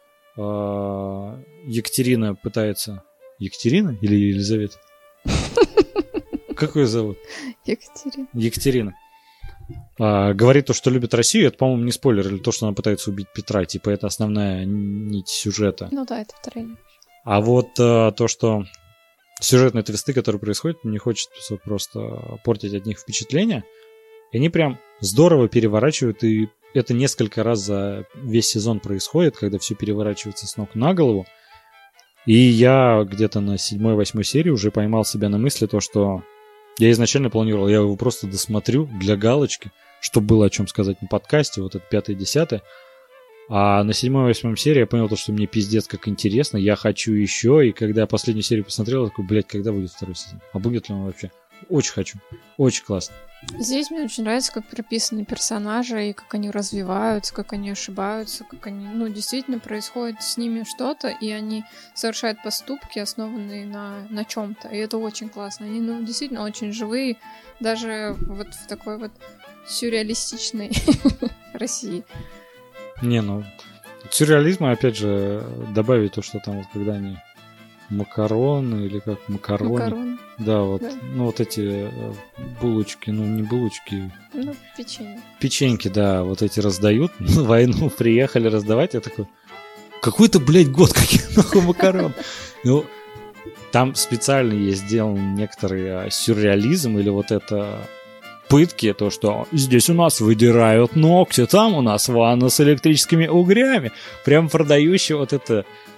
[SPEAKER 1] Екатерина пытается... Екатерина или Елизавета? Как ее зовут? Екатерина. Говорит то, что любит Россию, это, по-моему, не спойлер, или то, что она пытается убить Петра, типа это основная нить сюжета.
[SPEAKER 2] Ну да, это вторая.
[SPEAKER 1] А вот то, что сюжетные твисты, которые происходят, не хочется просто портить от них впечатление, и они прям здорово переворачивают, и это несколько раз за весь сезон происходит, когда все переворачивается с ног на голову. И я где-то на 7-8 серии уже поймал себя на мысли то, что я изначально планировал, я его просто досмотрю для галочки, чтобы было о чем сказать на подкасте, вот это 5-10. А на 7-8 серии я понял то, что мне пиздец как интересно, я хочу еще, и когда я последнюю серию посмотрел, я такой, блядь, когда будет второй сезон? А будет ли он вообще? Очень хочу, очень классно.
[SPEAKER 2] Здесь мне очень нравится, как прописаны персонажи, и как они развиваются, как они ошибаются, как они, действительно происходит с ними что-то, и они совершают поступки, основанные на чем-то, и это очень классно. Они, действительно очень живые, даже вот в такой вот сюрреалистичной России.
[SPEAKER 1] Сюрреализма, опять же, добавить то, что там вот когда они макароны или как макароны. Да, вот. Да. Вот эти булочки, не булочки.
[SPEAKER 2] Печеньки.
[SPEAKER 1] Печеньки, да, вот эти раздают. На войну приехали раздавать. Я такой, какой-то, блядь, год, каких нахуй макарон. Там специально есть сделан некоторый сюрреализм или вот это пытки, то, что здесь у нас выдирают ногти, там у нас ванна с электрическими угрями. Прям продающий вот это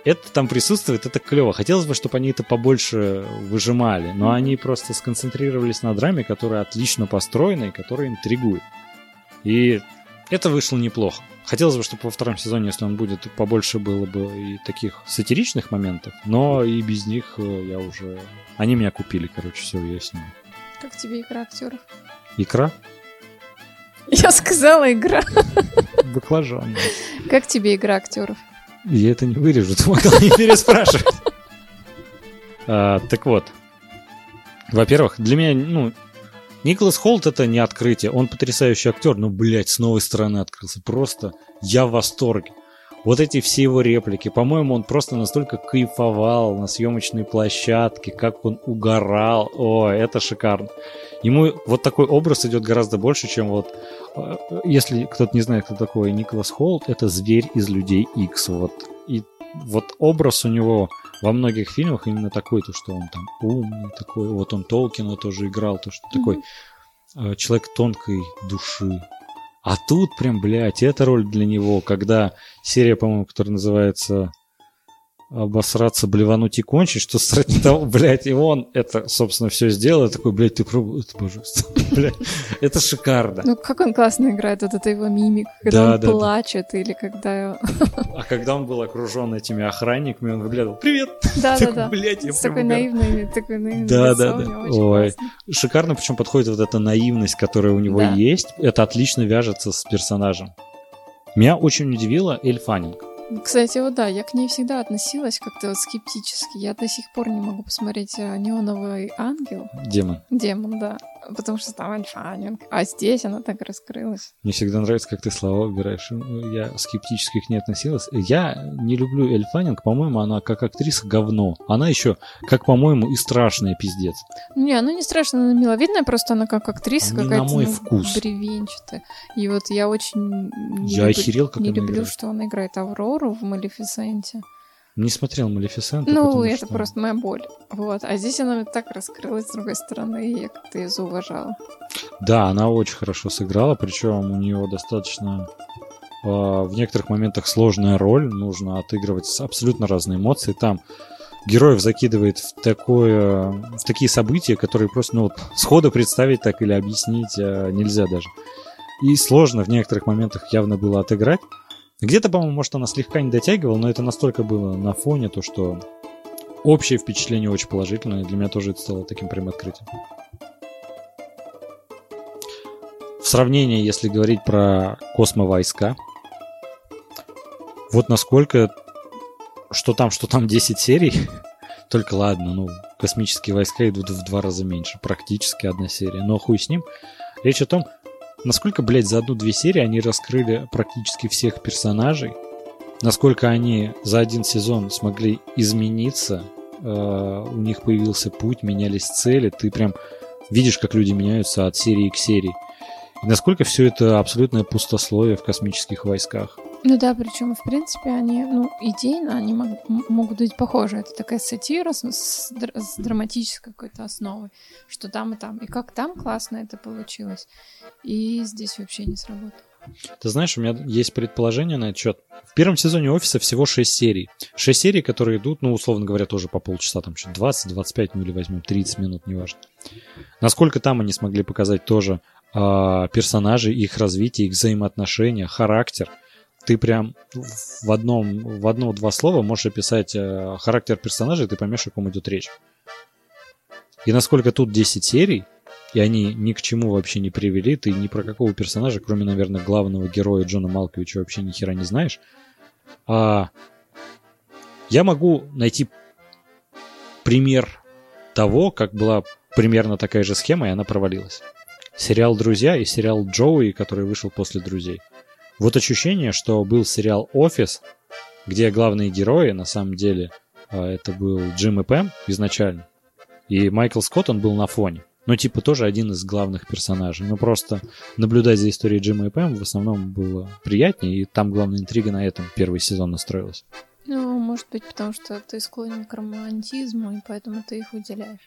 [SPEAKER 1] это там присутствует, это клево. Хотелось бы, чтобы они это побольше выжимали, но они просто сконцентрировались на драме, которая отлично построена и которая интригует. И это вышло неплохо. Хотелось бы, чтобы во втором сезоне, если он будет, побольше было бы и таких сатиричных моментов, но и без них я уже... Они меня купили, короче, все, я с ними.
[SPEAKER 2] Как тебе игра актеров?
[SPEAKER 1] Икра?
[SPEAKER 2] Я сказала игра.
[SPEAKER 1] Баклажан.
[SPEAKER 2] Как тебе игра актеров?
[SPEAKER 1] Я это не вырежу, ты могла не переспрашивать. Так вот. Во-первых, для меня, Николас Холт — это не открытие. Он потрясающий актер, но, блядь, с новой стороны открылся. Просто я в восторге. Вот эти все его реплики. По-моему, он просто настолько кайфовал на съемочной площадке, как он угорал. О, это шикарно. Ему вот такой образ идет гораздо больше, чем вот... Если кто-то не знает, кто такой Николас Холт, это зверь из «Людей Икс». Вот. И вот образ у него во многих фильмах именно такой, то, что он там умный такой. Вот он Толкина тоже играл, то, что такой человек тонкой души. А тут прям, блядь, эта роль для него, когда серия, по-моему, которая называется «Обосраться, блевануть и кончить», что срать того, блядь, и он это, собственно, все сделал, я такой, блядь, ты пробовал, это божественно, блядь, это шикарно.
[SPEAKER 2] Ну, как он классно играет, вот это его мимик, когда он плачет, или когда...
[SPEAKER 1] А когда он был окружен этими охранниками, он выглядывал, привет!
[SPEAKER 2] Да-да-да,
[SPEAKER 1] блядь, я
[SPEAKER 2] с
[SPEAKER 1] прям
[SPEAKER 2] такой наивной
[SPEAKER 1] Да. Ой, шикарно, причем подходит вот эта наивность, которая у него есть, это отлично вяжется с персонажем. Меня очень удивила Эль Фаннинг.
[SPEAKER 2] Кстати, вот да, я к ней всегда относилась как-то вот скептически. Я до сих пор не могу посмотреть «Неоновый ангел». Демон, да. Потому что там Эль Фаннинг. А здесь она так раскрылась.
[SPEAKER 1] Мне всегда нравится, как ты слова выбираешь. Я скептически к ней относилась. Я не люблю Эль Фаннинг. По-моему, она как актриса говно. Она еще, как, по-моему, и страшная пиздец.
[SPEAKER 2] Не, она не страшная, она миловидная, просто она как актриса
[SPEAKER 1] не
[SPEAKER 2] какая-то
[SPEAKER 1] на мой вкус.
[SPEAKER 2] Бревенчатая. И вот я очень
[SPEAKER 1] не
[SPEAKER 2] люблю,
[SPEAKER 1] играет.
[SPEAKER 2] что она играет Аврору в «Малефисенте».
[SPEAKER 1] Не смотрел «Малефисенту».
[SPEAKER 2] Ну, это просто моя боль. Вот. А здесь она так раскрылась с другой стороны, и я как-то ее зауважала.
[SPEAKER 1] Да, она очень хорошо сыграла, причем у нее достаточно в некоторых моментах сложная роль. Нужно отыгрывать абсолютно разные эмоции. Там героев закидывает в такие события, которые просто сходу представить так или объяснить нельзя даже. И сложно в некоторых моментах явно было отыграть. Где-то, по-моему, может, она слегка не дотягивала, но это настолько было на фоне, то что общее впечатление очень положительное. Для меня тоже это стало таким прям открытием. В сравнении, если говорить про космовойска, вот насколько что там 10 серий, только ладно, космические войска идут в 2 раза меньше, практически одна серия, но хуй с ним. Речь о том, насколько, блядь, за 1-2 серии они раскрыли практически всех персонажей, насколько они за один сезон смогли измениться, у них появился путь, менялись цели, ты прям видишь, как люди меняются от серии к серии. И насколько все это абсолютное пустословие в космических войсках.
[SPEAKER 2] Ну да, причем, в принципе, они, идейно они могут быть похожи. Это такая сатира с драматической какой-то основой, что там и там. И как там классно это получилось. И здесь вообще не сработало.
[SPEAKER 1] Ты знаешь, у меня есть предположение на этот счет. В первом сезоне «Офиса» всего 6 серий. 6 серий, которые идут, условно говоря, тоже по полчаса, там что-то 20-25, или возьмем 30 минут, неважно. Насколько там они смогли показать тоже персонажей, их развитие, их взаимоотношения, характер. Ты прям в одно-два слова можешь описать характер персонажа, и ты поймешь, о ком идет речь. И насколько тут 10 серий, и они ни к чему вообще не привели, ты ни про какого персонажа, кроме, наверное, главного героя Джона Малковича, вообще ни хера не знаешь. Я могу найти пример того, как была примерно такая же схема, и она провалилась. Сериал «Друзья» и сериал «Джоуи», который вышел после «Друзей». Вот ощущение, что был сериал «Офис», где главные герои, на самом деле, это был Джим и Пэм изначально, и Майкл Скотт, он был на фоне. Тоже один из главных персонажей. Просто наблюдать за историей Джима и Пэм в основном было приятнее, и там главная интрига на этом первый сезон настроилась.
[SPEAKER 2] Может быть, потому что ты склонен к романтизму, и поэтому ты их выделяешь.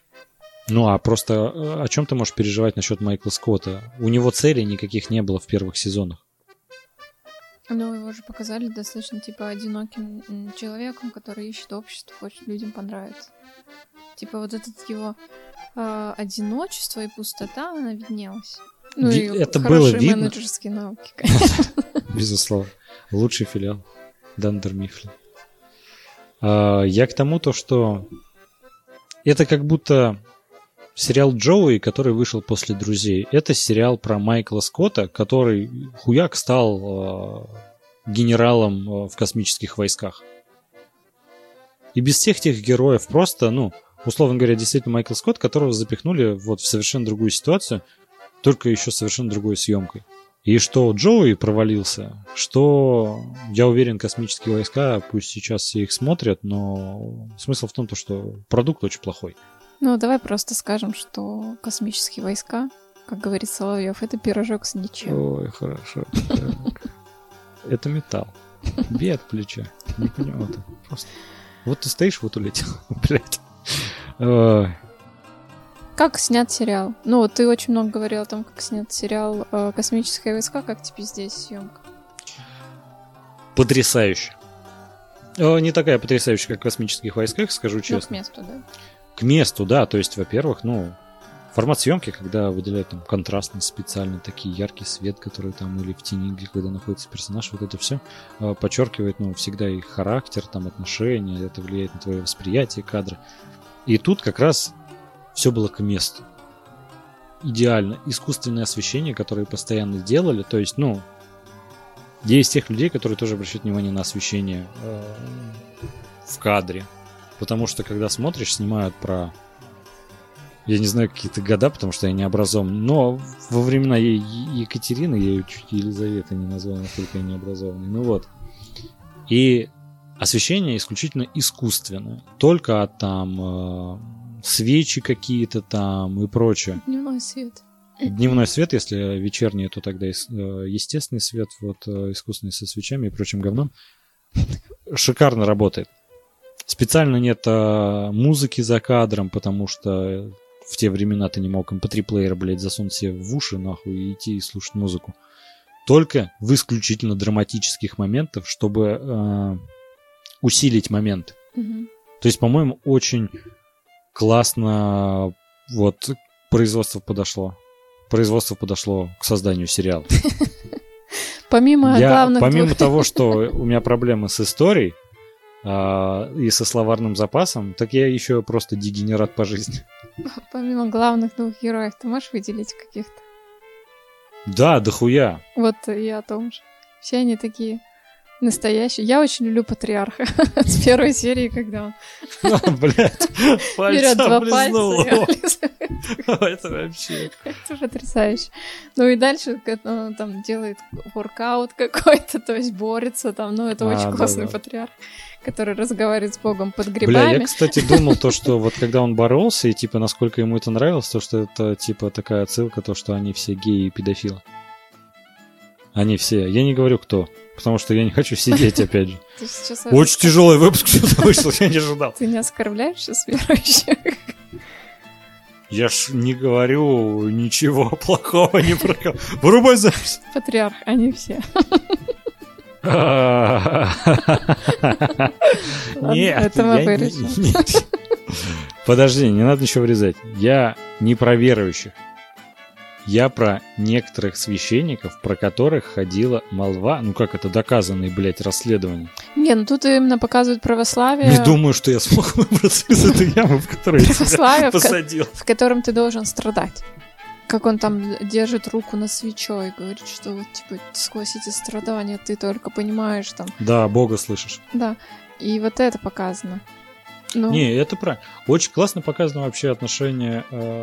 [SPEAKER 1] Просто о чем ты можешь переживать насчет Майкла Скотта? У него целей никаких не было в первых сезонах.
[SPEAKER 2] Ну, его же показали достаточно, типа, одиноким человеком, который ищет общество, хочет людям понравиться. Типа, вот это его одиночество и пустота, она виднелась. Ну, и
[SPEAKER 1] это было
[SPEAKER 2] хорошие
[SPEAKER 1] видно.
[SPEAKER 2] менеджерские навыки, конечно.
[SPEAKER 1] Безусловно. Лучший филиал. Дандер Мифлин. Я к тому, что это как будто сериал Джоуи, который вышел после «Друзей». Это сериал про Майкла Скотта, который хуяк стал генералом в космических войсках. И без всех тех героев просто, условно говоря, действительно Майкл Скотт, которого запихнули вот в совершенно другую ситуацию, только еще совершенно другой съемкой. И что Джоуи провалился, что, я уверен, космические войска, пусть сейчас все их смотрят, но смысл в том, что продукт очень плохой.
[SPEAKER 2] Ну, давай просто скажем, что космические войска, как говорит Соловьев, это пирожок с ничем.
[SPEAKER 1] Ой, хорошо. Это металл. Бей от плеча. Не понимаю. Просто... Вот ты стоишь, вот улетел. Блядь.
[SPEAKER 2] Как снят сериал? Ну, вот ты очень много говорил о том, как снят сериал «Космические войска». Как тебе здесь съемка?
[SPEAKER 1] Потрясающе. Не такая потрясающая, как в «Космических войсках», скажу честно.
[SPEAKER 2] К месту, да?
[SPEAKER 1] К месту, да. То есть, во-первых, формат съемки, когда выделяют там контрастность специально, такие яркий свет, который там или в тени, где когда находится персонаж, вот это все подчеркивает, всегда их характер, там отношения, это влияет на твое восприятие кадра. И тут как раз все было к месту. Идеально. Искусственное освещение, которое постоянно делали, то есть, я из тех людей, которые тоже обращают внимание на освещение в кадре. Потому что, когда смотришь, снимают про... Я не знаю, какие-то года, потому что я не образован. Но во времена Екатерины, я ее чуть Елизавета не назвал, насколько я не образованный. И освещение исключительно искусственное. Только от свечи какие-то там и прочее.
[SPEAKER 2] Дневной свет.
[SPEAKER 1] Дневной свет, если вечерний, то тогда естественный свет, искусственный со свечами и прочим говном. Шикарно работает. Специально нет музыки за кадром, потому что в те времена ты не мог MP3-плеер, блядь, засунуть себе в уши, нахуй, и идти и слушать музыку. Только в исключительно драматических моментах, чтобы усилить момент.
[SPEAKER 2] Угу.
[SPEAKER 1] То есть, по-моему, очень классно производство подошло. Производство подошло к созданию сериала.
[SPEAKER 2] Помимо
[SPEAKER 1] того, что у меня проблемы с историей и со словарным запасом, так я еще просто дегенерат по жизни.
[SPEAKER 2] Помимо главных двух героев, ты можешь выделить каких-то?
[SPEAKER 1] Да, дохуя.
[SPEAKER 2] Вот я о том же. Все они такие настоящие. Я очень люблю патриарха с первой серии, когда он
[SPEAKER 1] блядь,
[SPEAKER 2] берет два пальца.
[SPEAKER 1] Это вообще...
[SPEAKER 2] Это потрясающе. Ну и дальше он там делает воркаут какой-то, то есть борется там. Ну это очень классный патриарх, который разговаривает с Богом под грибами.
[SPEAKER 1] Бля, я, кстати, думал то, что вот когда он боролся, и типа насколько ему это нравилось, то, что это типа такая отсылка, то, что они все геи и педофилы. Они все. Я не говорю кто, потому что я не хочу сидеть, опять же. Очень тяжелый выпуск что-то вышел, я не ожидал.
[SPEAKER 2] Ты не оскорбляешь сейчас верующих?
[SPEAKER 1] Я ж не говорю ничего плохого ни про кого. Вырубай запись.
[SPEAKER 2] Патриарх, они все.
[SPEAKER 1] Нет,
[SPEAKER 2] это мы вырежем.
[SPEAKER 1] Подожди, не надо ничего вырезать. Я не про верующих. Я про некоторых священников, про которых ходила молва. Ну как это, доказанные, блядь, расследования.
[SPEAKER 2] Не, ну тут именно показывают православие.
[SPEAKER 1] Не думаю, что я смог выбраться из этой ямы, в которую я тебя посадил.
[SPEAKER 2] В котором ты должен страдать. Как он там держит руку над свечой, говорит, что вот, типа, сквозь эти страдания ты только понимаешь там.
[SPEAKER 1] Да, Бога слышишь.
[SPEAKER 2] Да, и вот это показано. Ну...
[SPEAKER 1] Не, это правильно. Очень классно показано вообще отношение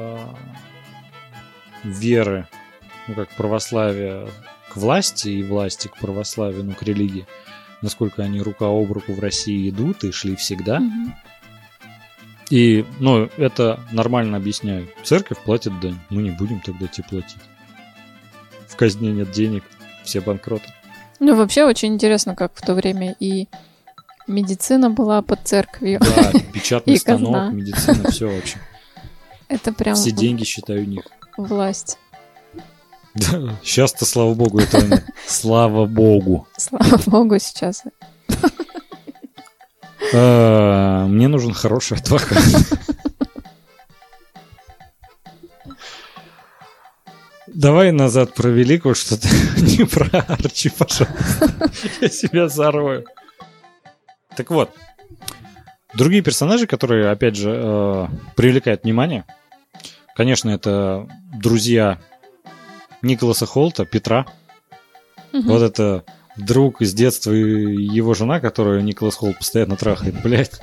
[SPEAKER 1] веры, ну как православия к власти и власти к православию, ну к религии. Насколько они рука об руку в России идут и шли всегда.
[SPEAKER 2] Угу.
[SPEAKER 1] И, ну, это нормально объясняют. Церковь платит дань, мы не будем тогда тебе платить. В казне нет денег, все банкроты.
[SPEAKER 2] Ну, вообще очень интересно, как в то время и медицина была под церковью.
[SPEAKER 1] Да, печатный станок, медицина, все вообще.
[SPEAKER 2] Это прям...
[SPEAKER 1] Все деньги, считаю, у них.
[SPEAKER 2] Власть.
[SPEAKER 1] Да, сейчас-то, слава богу, этого нет. Слава богу.
[SPEAKER 2] Слава богу, сейчас.
[SPEAKER 1] Мне нужен хороший адвокат. Давай назад про Великую, что-то не про Арчи, пожалуйста. Я себя зарою. Так вот, другие персонажи, которые, опять же, привлекают внимание, конечно, это друзья Николаса Холта, Петра. Вот это друг из детства и его жена, которую Николас Холт постоянно трахает, блядь.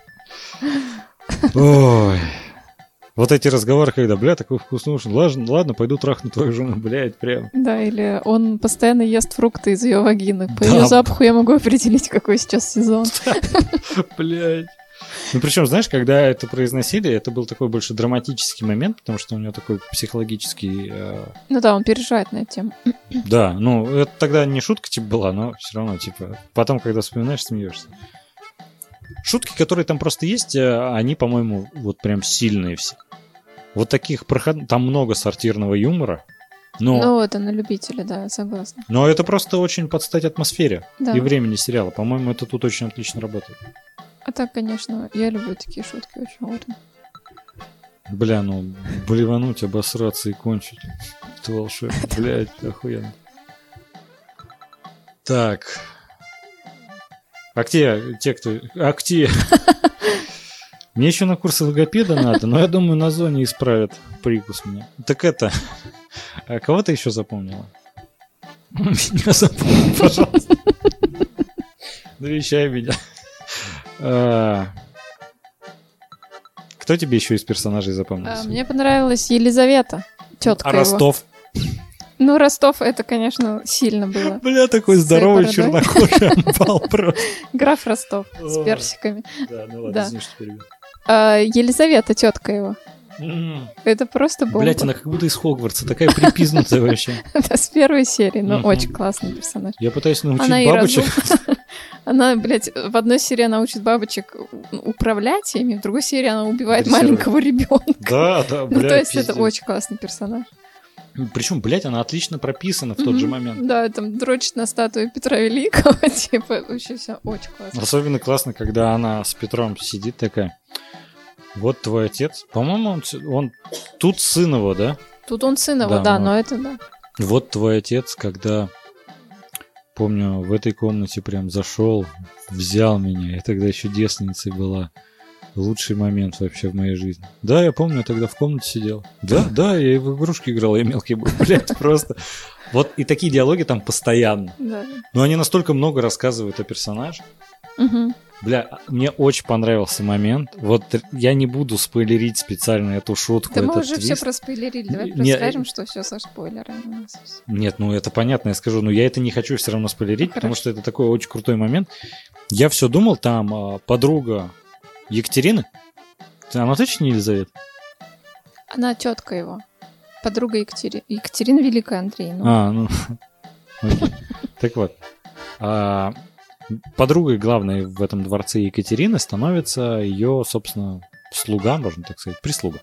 [SPEAKER 1] Ой. Вот эти разговоры, когда, бля, такой вкусный ужин, ладно, пойду трахну твою жену, блядь, прям.
[SPEAKER 2] Да, или он постоянно ест фрукты из ее вагины. По ее запаху я могу определить, какой сейчас сезон.
[SPEAKER 1] Блядь. Ну, причем, знаешь, когда это произносили, это был такой больше драматический момент, потому что у него такой психологический...
[SPEAKER 2] Ну да, он переживает на эту тему.
[SPEAKER 1] Да, ну, это тогда не шутка, типа, была, но все равно, типа, потом, когда вспоминаешь, смеешься. Шутки, которые там просто есть, они, по-моему, вот прям сильные все. Вот таких там много сортирного юмора.
[SPEAKER 2] Ну, это на любителя, да, согласна.
[SPEAKER 1] Но это просто очень под стать атмосфере
[SPEAKER 2] и
[SPEAKER 1] времени сериала. По-моему, это тут очень отлично работает.
[SPEAKER 2] А так, конечно, я люблю такие шутки очень очень.
[SPEAKER 1] Бля, ну, блевануть, обосраться и кончить. Это волшебно, блядь, охуенно. Так. А где кто... А где... Мне еще на курсы логопеда надо, но я думаю, на зоне исправят прикус мне. Так это... А кого ты еще запомнила? Меня запомни, пожалуйста. Навещай меня. Кто тебе еще из персонажей запомнился?
[SPEAKER 2] Мне понравилась Елизавета, тетка его.
[SPEAKER 1] Ростов.
[SPEAKER 2] Ну, Ростов, это, конечно, сильно было.
[SPEAKER 1] Бля, такой здоровый чернокожий амбал просто.
[SPEAKER 2] Граф Ростов с персиками.
[SPEAKER 1] Да, ну ладно, извини, что перебил.
[SPEAKER 2] Елизавета, тетка его. Это просто бомба.
[SPEAKER 1] Блять, она как будто из Хогвартса, такая припизнутая вообще.
[SPEAKER 2] Да, с первой серии, но очень классный персонаж.
[SPEAKER 1] Я пытаюсь научить бабочек.
[SPEAKER 2] Она, блядь, в одной серии она учит бабочек управлять ими, в другой серии она убивает маленького ребенка.
[SPEAKER 1] Да, блядь.
[SPEAKER 2] Ну, то есть это очень классный персонаж.
[SPEAKER 1] Причем, блядь, она отлично прописана в тот же момент.
[SPEAKER 2] Да, там дрочит на статую Петра Великого, типа, вообще все очень классно.
[SPEAKER 1] Особенно классно, когда она с Петром сидит такая: вот твой отец. По-моему, он тут сын его, да?
[SPEAKER 2] Тут он сын его, да, но это да.
[SPEAKER 1] Вот твой отец, когда, помню, в этой комнате прям зашел, взял меня. Я тогда еще девственницей была. Лучший момент вообще в моей жизни. Да, я помню, я тогда в комнате сидел. Да, я и в игрушки играл, я мелкий был, блядь, просто. Вот и такие диалоги там постоянно.
[SPEAKER 2] Да.
[SPEAKER 1] Но они настолько много рассказывают о персонаже. Бля, мне очень понравился момент. Вот я не буду спойлерить специально эту шутку.
[SPEAKER 2] Да мы уже все проспойлерили. Давай просто скажем, что все со спойлерами.
[SPEAKER 1] Нет, ну это понятно, я скажу. Но я это не хочу все равно спойлерить, потому что это такой очень крутой момент. Я все думал, там подруга Екатерины? Она точно не Елизавета?
[SPEAKER 2] Она тетка его. Подруга Екатерины. Екатерина Великая, Андрей.
[SPEAKER 1] Ну. Так вот. Подругой главной в этом дворце Екатерины становится ее, собственно, слуга, можно так сказать, прислуга.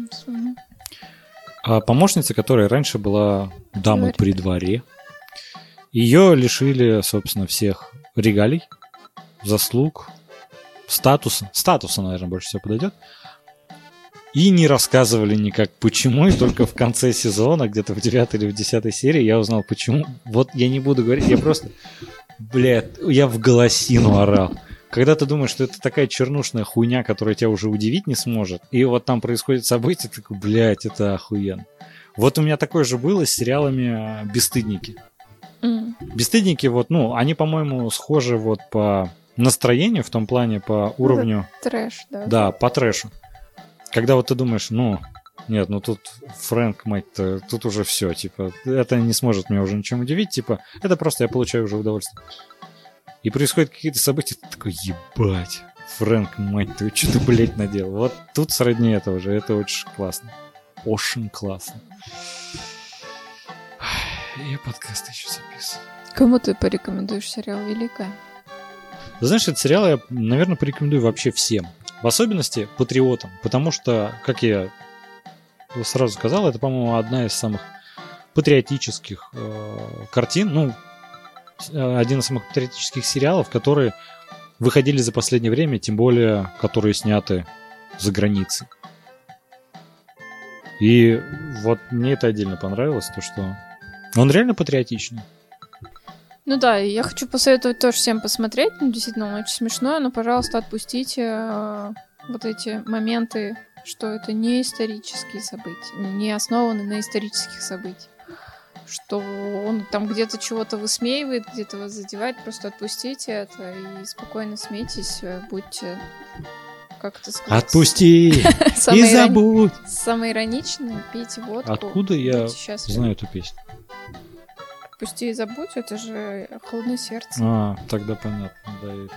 [SPEAKER 1] Помощница, которая раньше была дамой при дворе. Ее лишили, собственно, всех регалий, заслуг, статуса, наверное, больше всего подойдет. И не рассказывали никак почему, и только в конце сезона, где-то в 9 или в 10 серии я узнал почему. Вот я не буду говорить, я просто, блядь, я в голосину орал. Когда ты думаешь, что это такая чернушная хуйня, которая тебя уже удивить не сможет, и вот там происходит событие, ты такой, блядь, это охуенно. Вот у меня такое же было с сериалами «Бесстыдники». «Бесстыдники», вот, ну, они, по-моему, схожи вот по настроению, в том плане, по уровню...
[SPEAKER 2] Трэш, да.
[SPEAKER 1] Да, по трэшу. Когда вот ты думаешь, нет, тут Фрэнк, мать-то, тут уже все, типа, это не сможет меня уже ничем удивить, типа, это просто я получаю уже удовольствие. И происходят какие-то события, ты такой, ебать, Фрэнк, мать твою, что ты, блядь, наделал? Вот тут сродни этого же, это очень классно. Очень классно. Я подкаст еще записываю.
[SPEAKER 2] Кому ты порекомендуешь сериал «Великая»?
[SPEAKER 1] Знаешь, этот сериал я, наверное, порекомендую вообще всем. В особенности патриотам. Потому что, как я сразу сказал, это, по-моему, одна из самых патриотических картин, ну, один из самых патриотических сериалов, которые выходили за последнее время, тем более, которые сняты за границей. И вот мне это отдельно понравилось, то что он реально патриотичный.
[SPEAKER 2] Ну да, и я хочу посоветовать тоже всем посмотреть. Ну, действительно, он очень смешной, но, пожалуйста, отпустите вот эти моменты, что это не исторические события, не основаны на исторических событиях. Что он там где-то чего-то высмеивает, где-то вас задевает. Просто отпустите это и спокойно смейтесь, будьте, как это сказать...
[SPEAKER 1] Отпусти и забудь!
[SPEAKER 2] Самые ироничные, пейте водку.
[SPEAKER 1] Откуда я знаю эту песню?
[SPEAKER 2] Отпусти и забудь, это же «Холодное сердце».
[SPEAKER 1] Тогда понятно, да, я это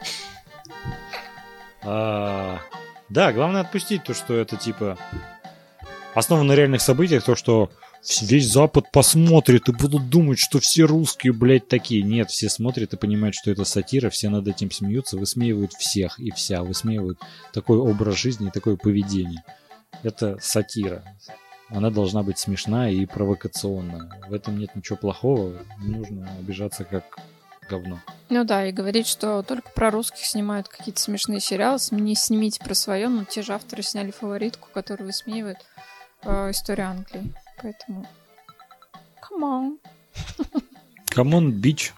[SPEAKER 1] вырежу. Да, главное отпустить то, что это типа основано на реальных событиях, то, что весь Запад посмотрит и будут думать, что все русские, блядь, такие. Нет, все смотрят и понимают, что это сатира, все над этим смеются, высмеивают всех и вся, высмеивают такой образ жизни и такое поведение. Это сатира. Она должна быть смешная и провокационная. В этом нет ничего плохого, не нужно обижаться как говно.
[SPEAKER 2] Ну да, и говорить, что только про русских снимают какие-то смешные сериалы, снимите про свое, но те же авторы сняли «Фаворитку», которая высмеивает историю Англии. Поэтому come on.
[SPEAKER 1] Come on, bitch.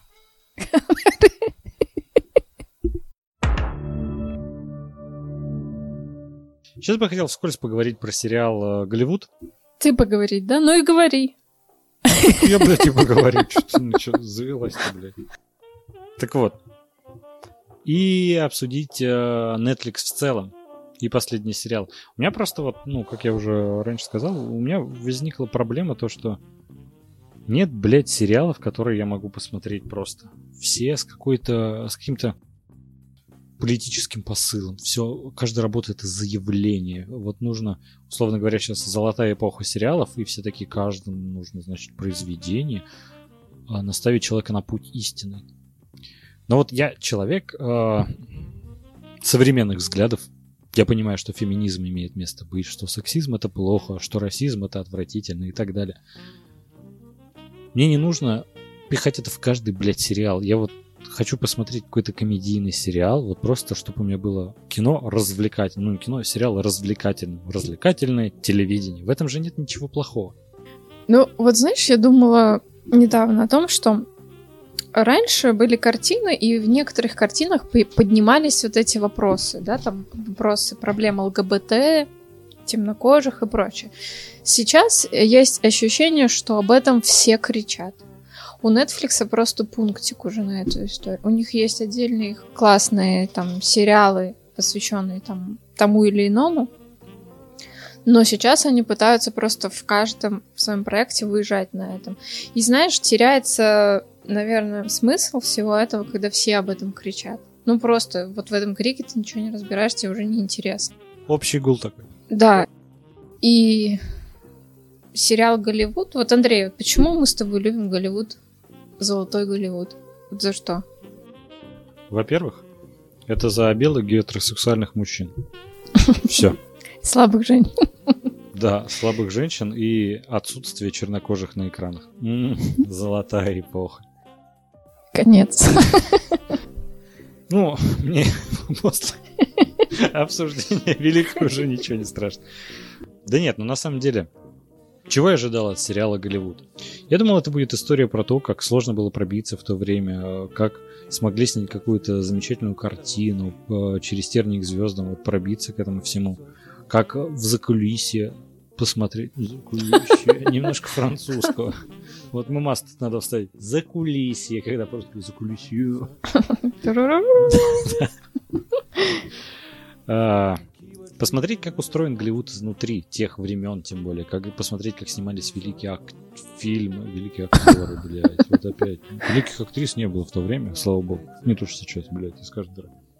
[SPEAKER 1] Сейчас бы хотел вскользь поговорить про сериал «Голливуд».
[SPEAKER 2] Ты поговорить, да? Ну и говори.
[SPEAKER 1] Я, блядь, и поговорю. Что завелась-то, блядь. Так вот. И обсудить Netflix в целом. И последний сериал. У меня просто вот, ну, как я уже раньше сказал, у меня возникла проблема то, что нет, блядь, сериалов, которые я могу посмотреть просто. Все с каким-то политическим посылом. Все, каждый работает из заявления. Вот нужно, условно говоря, сейчас золотая эпоха сериалов, и все такие, каждому нужно, значит, произведение, наставить человека на путь истины. Но вот я человек современных взглядов. Я понимаю, что феминизм имеет место быть, что сексизм — это плохо, что расизм — это отвратительно и так далее. Мне не нужно пихать это в каждый, блядь, сериал. Я вот хочу посмотреть какой-то комедийный сериал, вот просто, чтобы у меня было кино развлекательное. Ну, кино, сериал развлекательное. Развлекательное телевидение. В этом же нет ничего плохого.
[SPEAKER 2] Ну, вот знаешь, я думала недавно о том, что раньше были картины, и в некоторых картинах поднимались вот эти вопросы, да, там вопросы, проблемы ЛГБТ, темнокожих и прочее. Сейчас есть ощущение, что об этом все кричат. У Netflix просто пунктик уже на эту историю. У них есть отдельные классные там сериалы, посвященные там тому или иному. Но сейчас они пытаются просто в каждом своем проекте выезжать на этом. И знаешь, теряется, наверное, смысл всего этого, когда все об этом кричат. Ну просто вот в этом крике ты ничего не разбираешь, тебе уже неинтересно.
[SPEAKER 1] Общий гул такой.
[SPEAKER 2] Да. И сериал «Голливуд». Вот, Андрей, вот почему мы с тобой любим Голливуд? Золотой Голливуд. Вот за что?
[SPEAKER 1] Во-первых, это за белых гетеросексуальных мужчин. Все.
[SPEAKER 2] Слабых женщин.
[SPEAKER 1] Да, слабых женщин и отсутствие чернокожих на экранах. Золотая эпоха.
[SPEAKER 2] Конец.
[SPEAKER 1] Ну, мне после обсуждения великого уже ничего не страшно. Да нет, ну на самом деле, чего я ожидал от сериала «Голливуд»? Я думал, это будет история про то, как сложно было пробиться в то время, как смогли снять какую-то замечательную картину, через тернии к звездам, вот пробиться к этому всему. Как в закулисье посмотреть. Закулисье. Немножко французского. Вот мемас тут надо вставить. Закулисье, когда просто закулисью. Посмотреть, как устроен Голливуд изнутри тех времен, тем более. Как посмотреть, как снимались великие фильмы, великие актеры, блядь. Вот опять. Великих актрис не было в то время, слава богу. Не то, что сейчас, блядь, и скажет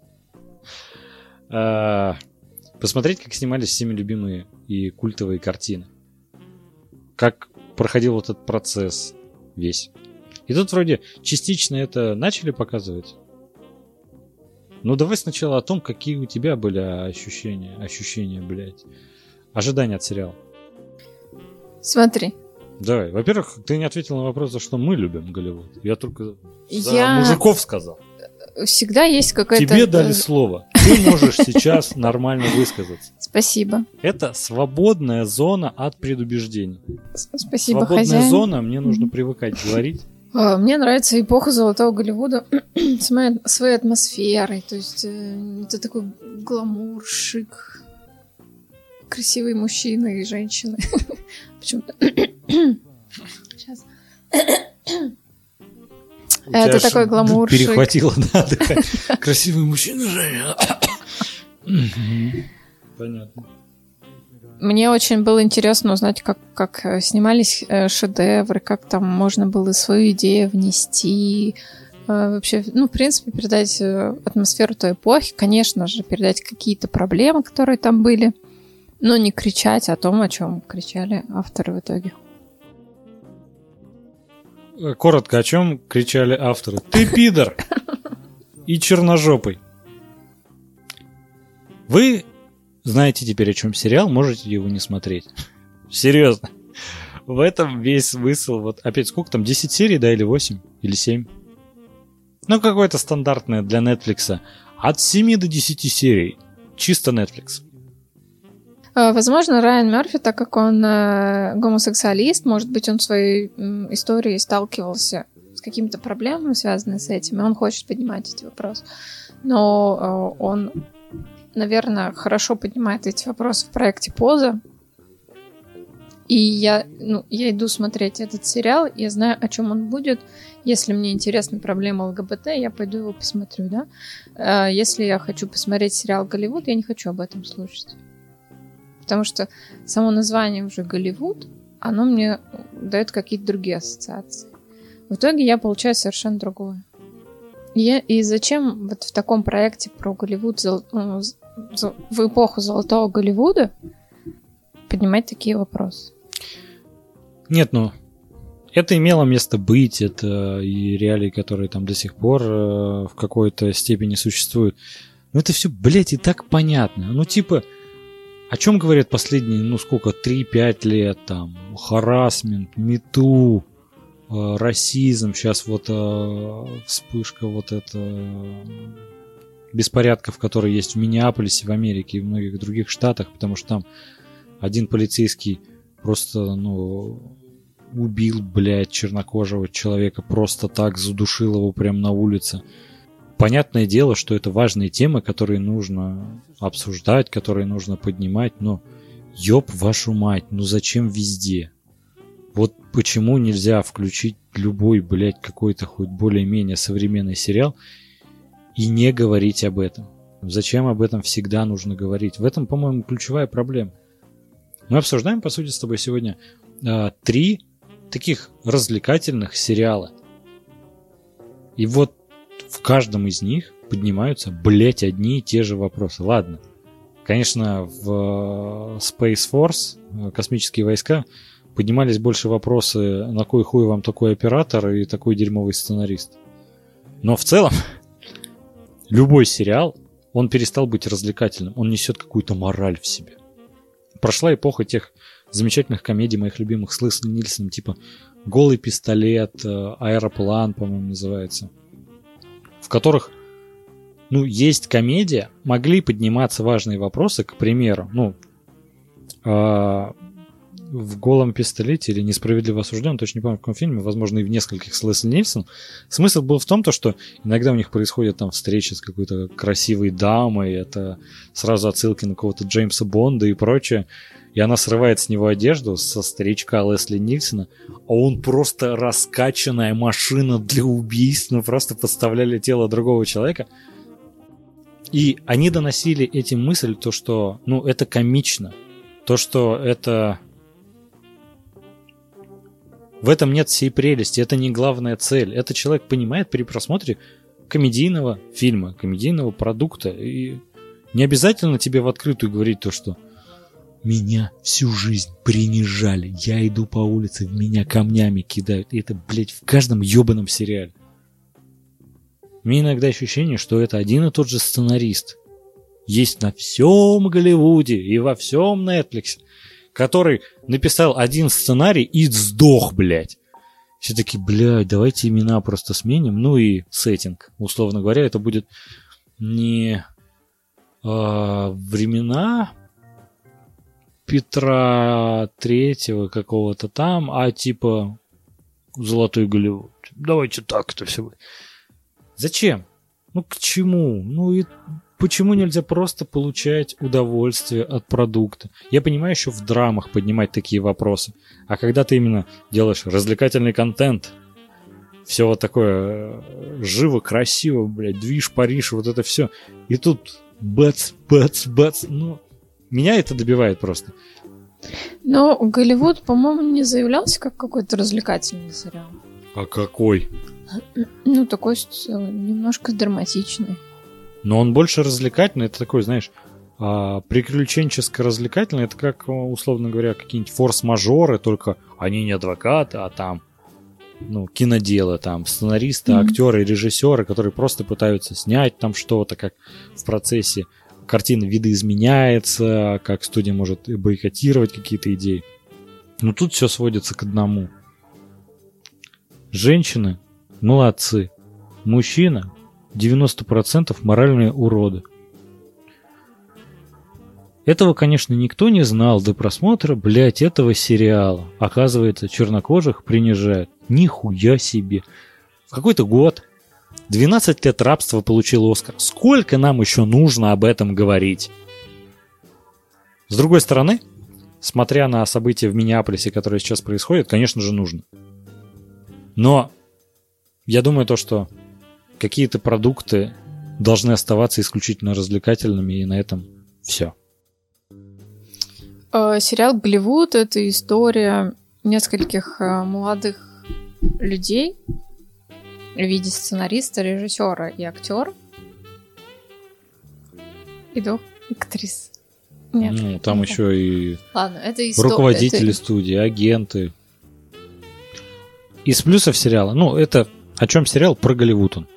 [SPEAKER 1] дорогой. Посмотреть, как снимались всеми любимые и культовые картины. Как проходил вот этот процесс весь. И тут вроде частично это начали показывать. Ну, давай сначала о том, какие у тебя были ощущения, блядь. Ожидания от сериала.
[SPEAKER 2] Смотри,
[SPEAKER 1] Давай. Во-первых, ты не ответил на вопрос, за что мы любим Голливуд. Я только за мужиков сказал.
[SPEAKER 2] Всегда есть какая-то...
[SPEAKER 1] Тебе дали слово. Ты можешь сейчас нормально высказаться.
[SPEAKER 2] Спасибо.
[SPEAKER 1] Это свободная зона от предубеждений.
[SPEAKER 2] Спасибо,
[SPEAKER 1] Свободная
[SPEAKER 2] хозяин.
[SPEAKER 1] зона, мне нужно привыкать говорить.
[SPEAKER 2] Мне нравится эпоха Золотого Голливуда с своей атмосферой. То есть это такой гламур, шик, красивые мужчины и женщины. Почему-то... Сейчас. Это такой гламур, шик.
[SPEAKER 1] Перехватило, да, красивые мужчины, женщины. Понятно.
[SPEAKER 2] Мне очень было интересно узнать, как снимались шедевры, как там можно было свою идею внести. Вообще, в принципе, передать атмосферу той эпохи. Конечно же, передать какие-то проблемы, которые там были. Но не кричать о том, о чем кричали авторы в итоге.
[SPEAKER 1] Коротко, о чем кричали авторы? Ты пидор! И черножопый. Вы знаете теперь, о чем сериал, можете его не смотреть. Серьезно. В этом весь смысл. Вот опять, сколько там, 10 серий, да, или 8? Или 7? Ну, какое-то стандартное для Netflix. От 7 до 10 серий. Чисто Netflix.
[SPEAKER 2] Возможно, Райан Мерфи, так как он гомосексуалист, может быть, он в своей истории сталкивался с какими-то проблемами, связанными с этим, и он хочет поднимать эти вопросы. Но он, наверное, хорошо поднимает эти вопросы в проекте «Поза». И я иду смотреть этот сериал, я знаю, о чем он будет. Если мне интересна проблема ЛГБТ, я пойду его посмотрю, да? Если я хочу посмотреть сериал «Голливуд», я не хочу об этом слушать. Потому что само название уже «Голливуд», оно мне дает какие-то другие ассоциации. В итоге я получаю совершенно другое. И зачем вот в таком проекте про Голливуд в эпоху Золотого Голливуда поднимать такие вопросы?
[SPEAKER 1] Нет, это имело место быть, это и реалии, которые там до сих пор в какой-то степени существуют. Но это все, блядь, и так понятно. О чем говорят последние, 3-5 лет, там, харассмент, мету, расизм, сейчас вот вспышка вот это беспорядков, которые есть в Миннеаполисе, в Америке и в многих других штатах, потому что там один полицейский просто, убил, блядь, чернокожего человека, просто так задушил его прямо на улице. Понятное дело, что это важные темы, которые нужно обсуждать, которые нужно поднимать, но ёб вашу мать, зачем везде? Вот почему нельзя включить любой, блядь, какой-то хоть более-менее современный сериал и не говорить об этом? Зачем об этом всегда нужно говорить? В этом, по-моему, ключевая проблема. Мы обсуждаем, по сути, с тобой сегодня 3 таких развлекательных сериала. И вот в каждом из них поднимаются, блять, одни и те же вопросы. Ладно, конечно, в Space Force, космические войска, поднимались больше вопросы, на кой хуй вам такой оператор и такой дерьмовый сценарист. Но в целом, любой сериал, он перестал быть развлекательным, он несет какую-то мораль в себе. Прошла эпоха тех замечательных комедий моих любимых с Лесли Нильсоном, типа «Голый пистолет», «Аэроплан», по-моему, называется, в которых, есть комедия, могли подниматься важные вопросы, к примеру, в «Голом пистолете» или «Несправедливо осужден», точно не помню, в каком фильме, возможно, и в нескольких с Лесли Нильсон, смысл был в том, что иногда у них происходит там встреча с какой-то красивой дамой, это сразу отсылки на какого-то Джеймса Бонда и прочее, и она срывает с него одежду, со старичка Лесли Нильсона, а он просто раскачанная машина для убийств, просто подставляли тело другого человека. И они доносили этим мысль, то, что, это комично, то, что это... В этом нет всей прелести, это не главная цель. Это человек понимает при просмотре комедийного фильма, комедийного продукта. И не обязательно тебе в открытую говорить то, что меня всю жизнь принижали, я иду по улице, в меня камнями кидают. И это, блядь, в каждом ебаном сериале. У меня иногда ощущение, что это один и тот же сценарист. Есть на всем Голливуде и во всем Netflix. который написал один сценарий и сдох, блядь. Все такие, блядь, давайте имена просто сменим. Ну и сеттинг. Условно говоря, это будет не времена Петра Третьего какого-то там, а типа Золотой Голливуд. Давайте так это все будет. Зачем? Ну к чему? Ну и почему нельзя просто получать удовольствие от продукта? Я понимаю, еще в драмах поднимать такие вопросы. А когда ты именно делаешь развлекательный контент, все вот такое живо, красиво, блядь, движ, Париж, вот это все. И тут бац. Ну, меня это добивает просто.
[SPEAKER 2] Но Голливуд, по-моему, не заявлялся как какой-то развлекательный сериал.
[SPEAKER 1] А какой?
[SPEAKER 2] Ну, такой немножко драматичный.
[SPEAKER 1] Но он больше развлекательный. Это такой, знаешь, приключенческо-развлекательный. Это как, условно говоря, какие-нибудь форс-мажоры, только они не адвокаты, а там киноделы, там сценаристы, актеры, режиссеры, которые просто пытаются снять там что-то, как в процессе картины видоизменяется, как студия может бойкотировать какие-то идеи. Но тут все сводится к одному. Женщины молодцы. Мужчина 90% моральные уроды. Этого, конечно, никто не знал до просмотра, блядь, этого сериала. Оказывается, чернокожих принижают. Нихуя себе. В какой-то год 12 лет рабства получил Оскар. Сколько нам еще нужно об этом говорить? С другой стороны, смотря на события в Миннеаполисе, которые сейчас происходят, конечно же, нужно. Но я думаю, что какие-то продукты должны оставаться исключительно развлекательными, и на этом все.
[SPEAKER 2] Сериал «Голливуд» — это история нескольких молодых людей в виде сценариста, режиссера и актера. И двух актрис. Нет.
[SPEAKER 1] Ну, там еще и
[SPEAKER 2] ладно, это
[SPEAKER 1] руководители студии, агенты. Из плюсов сериала, это о чем сериал? Про Голливуд он.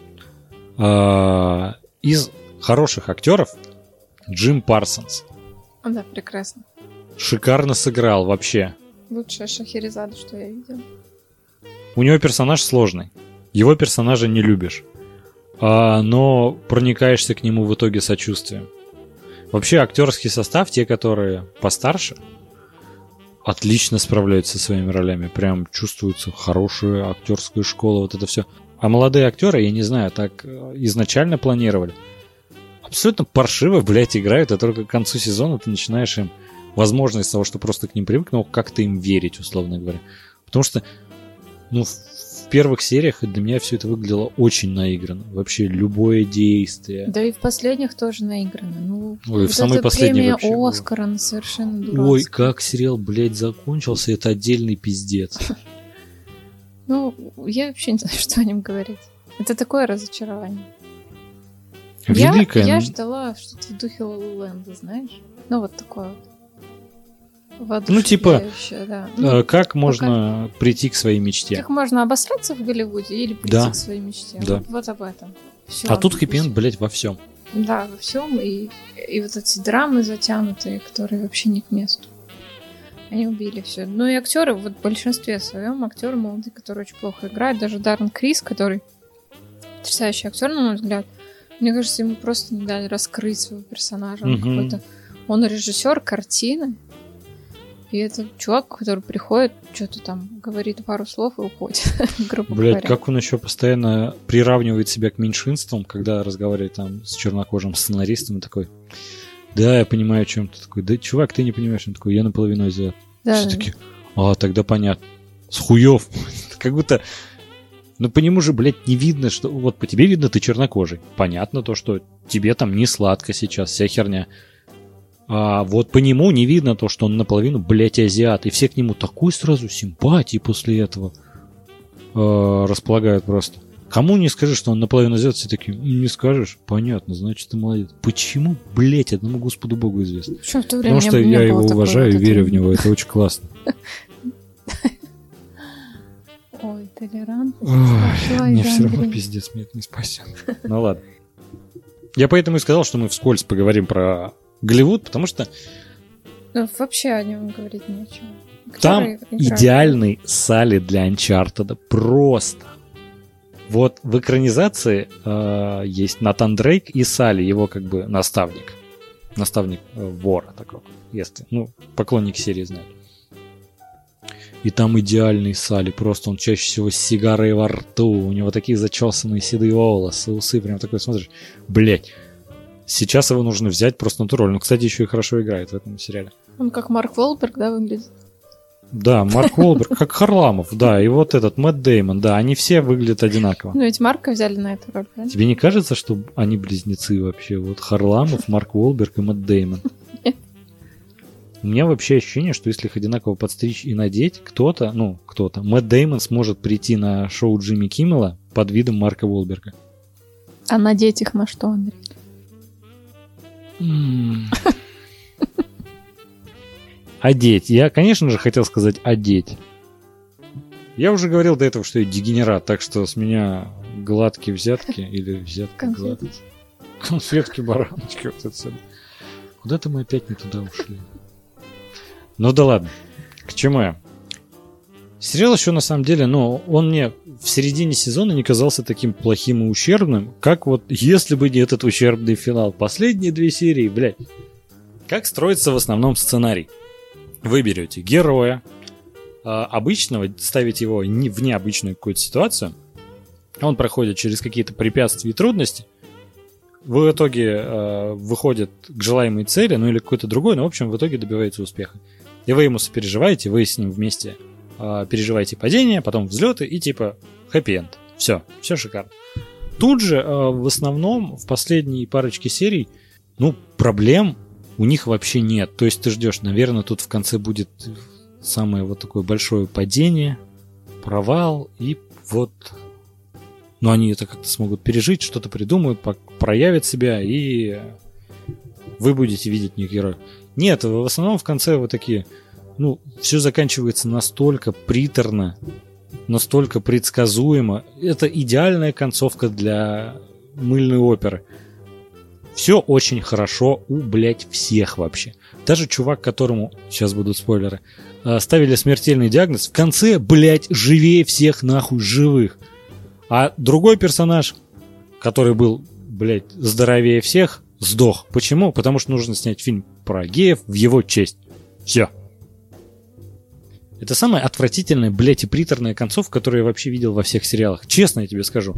[SPEAKER 1] Из хороших актеров Джим Парсонс.
[SPEAKER 2] Да, прекрасно.
[SPEAKER 1] Шикарно сыграл вообще.
[SPEAKER 2] Лучшая Шахерезада, что я видела.
[SPEAKER 1] У него персонаж сложный. Его персонажа не любишь. Но проникаешься к нему в итоге сочувствием. Вообще актерский состав, те, которые постарше, отлично справляются со своими ролями. Прям чувствуется хорошая актерская школа, вот это все. А молодые актеры, я не знаю, так изначально планировали. Абсолютно паршиво, блядь, играют, а только к концу сезона ты начинаешь им возможность того, что просто к ним привыкнул, как-то им верить, условно говоря. Потому что, в первых сериях для меня все это выглядело очень наигранно. Вообще любое действие.
[SPEAKER 2] Да и в последних тоже наигранно.
[SPEAKER 1] Ой, в самой последней вообще.
[SPEAKER 2] Премия Оскара, она совершенно дурацкая.
[SPEAKER 1] Ой, как сериал, блядь, закончился, это отдельный пиздец.
[SPEAKER 2] Я вообще не знаю, что о нем говорить. Это такое разочарование.
[SPEAKER 1] Великое.
[SPEAKER 2] Я ждала что-то в духе Лололенда, знаешь? Вот такое вот.
[SPEAKER 1] Да. Как можно прийти к своей мечте?
[SPEAKER 2] Как можно обосраться в Голливуде или прийти к своей мечте?
[SPEAKER 1] Да.
[SPEAKER 2] Вот об этом. Всё.
[SPEAKER 1] А тут хэппи-энд, блядь, во всем.
[SPEAKER 2] Да, во всем. И вот эти драмы затянутые, которые вообще не к месту. Они убили все. Ну и актеры, в большинстве своем, актеры молодые, которые очень плохо играют. Даже Даррен Крис, который потрясающий актер, на мой взгляд. Мне кажется, ему просто не дали раскрыть своего персонажа. Он режиссер картины. И это чувак, который приходит, что-то там говорит пару слов и уходит, грубо говоря.
[SPEAKER 1] Блядь, как он еще постоянно приравнивает себя к меньшинствам, когда разговаривает там с чернокожим сценаристом и такой: да, я понимаю, о чем ты. Такой: да, чувак, ты не понимаешь. Он такой: я наполовину азиат.
[SPEAKER 2] Да.
[SPEAKER 1] Все таки: тогда понятно. С хуев. Как будто... по нему же, блядь, не видно, что... Вот по тебе видно, ты чернокожий. Понятно то, что тебе там не сладко сейчас, вся херня. А вот по нему не видно то, что он наполовину, блядь, азиат. И все к нему такой сразу симпатии после этого располагают просто. Кому не скажешь, что он наполовину азиат, все такие: не скажешь? Понятно, значит, ты молодец. Почему, блядь, одному Господу Богу известно. Потому что я его уважаю и верю в него. Это очень классно.
[SPEAKER 2] Ой, толерант.
[SPEAKER 1] Мне все равно пиздец, мне это не спасет. Ну ладно. Я поэтому и сказал, что мы вскользь поговорим про Голливуд, потому что
[SPEAKER 2] Вообще о нем говорить не о чем.
[SPEAKER 1] Там
[SPEAKER 2] Актеры играют.
[SPEAKER 1] идеальный Салли для Uncharted. Просто. Вот в экранизации есть Натан Дрейк и Салли, его как бы наставник. Наставник вора такого, если, поклонник серии знает. И там идеальный Салли, просто он чаще всего с сигарой во рту, у него такие зачесанные седые волосы, усы, прям такой смотришь, блять. Сейчас его нужно взять просто на ту роль. Он, кстати, еще и хорошо играет в этом сериале.
[SPEAKER 2] Он как Марк Уолберг, да, выглядит?
[SPEAKER 1] Да, Марк Уолберг, как Харламов, да, и вот этот Мэтт Дэймон, да, они все выглядят одинаково.
[SPEAKER 2] Ну, ведь Марка взяли на эту роль, правильно?
[SPEAKER 1] Тебе не кажется, что они близнецы вообще? Вот Харламов, Марк Уолберг и Мэтт Дэймон. У меня вообще ощущение, что если их одинаково подстричь и надеть, кто-то, Мэтт Дэймон сможет прийти на шоу Джимми Киммела под видом Марка Уолберга.
[SPEAKER 2] А надеть их на что, Андрей?
[SPEAKER 1] Одеть. Я, конечно же, хотел сказать одеть. Я уже говорил до этого, что я дегенерат, так что с меня гладкие взятки или взятки гладкие. Конфетки, бараночки, вот это все. Куда-то мы опять не туда ушли. Ну да ладно. К чему я? Сериал еще на самом деле, он мне в середине сезона не казался таким плохим и ущербным, как вот если бы не этот ущербный финал. Последние 2 серии, блядь. Как строится в основном сценарий? Вы берете героя, обычного, ставите его в необычную какую-то ситуацию, он проходит через какие-то препятствия и трудности, в итоге выходит к желаемой цели, или какой-то другой, но в общем в итоге добивается успеха. И вы ему сопереживаете, вы с ним вместе переживаете падение, потом взлеты и типа хэппи-энд. Все шикарно. Тут же в основном в последней парочке серий, проблем у них вообще нет. То есть ты ждешь, наверное, тут в конце будет самое вот такое большое падение, провал, и вот... Но они это как-то смогут пережить, что-то придумают, проявят себя, и вы будете видеть в них героев. Нет, в основном в конце вот такие... все заканчивается настолько приторно, настолько предсказуемо. Это идеальная концовка для мыльной оперы. Все очень хорошо у, всех вообще. Даже чувак, которому, сейчас будут спойлеры, ставили смертельный диагноз, в конце, живее всех нахуй живых. А другой персонаж, который был, здоровее всех, сдох. Почему? Потому что нужно снять фильм про геев в его честь. Все. Это самая отвратительная, и приторная концовка, которую я вообще видел во всех сериалах. Честно я тебе скажу.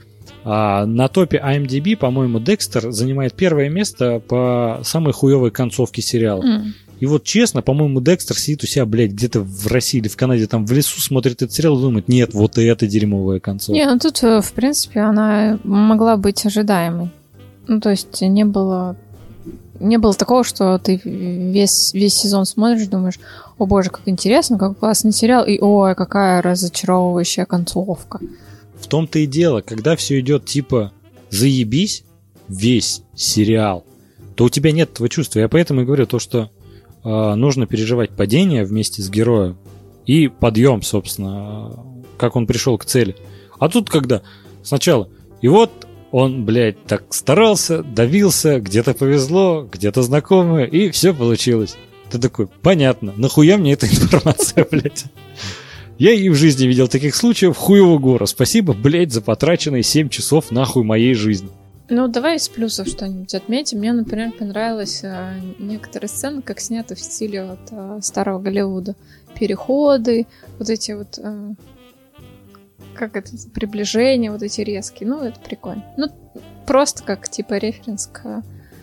[SPEAKER 1] На топе IMDb, по-моему, Декстер занимает первое место по самой хуевой концовке сериала. И вот честно, по-моему, Декстер сидит у себя, где-то в России или в Канаде, там в лесу смотрит этот сериал и думает, нет, вот это дерьмовая концовка.
[SPEAKER 2] Не, тут, в принципе, она могла быть ожидаемой. То есть не было такого, что ты весь сезон смотришь, думаешь, о боже, как интересно, какой классный сериал, и ой, какая разочаровывающая концовка.
[SPEAKER 1] В том-то и дело, когда все идет типа заебись, весь сериал, то у тебя нет этого чувства. Я поэтому и говорю то, что нужно переживать падение вместе с героем и подъем, собственно, как он пришел к цели. А тут когда сначала, и вот он, так старался, давился, где-то повезло, где-то знакомые, и все получилось. Ты такой, понятно, нахуя мне эта информация, Я и в жизни видел таких случаев, хуево гора. Спасибо, за потраченные 7 часов нахуй моей жизни.
[SPEAKER 2] Давай из плюсов что-нибудь отметим. Мне, например, понравились некоторые сцены, как сняты в стиле старого Голливуда. Переходы, вот эти вот... как это, приближения, вот эти резкие. Это прикольно. Просто как, референс к...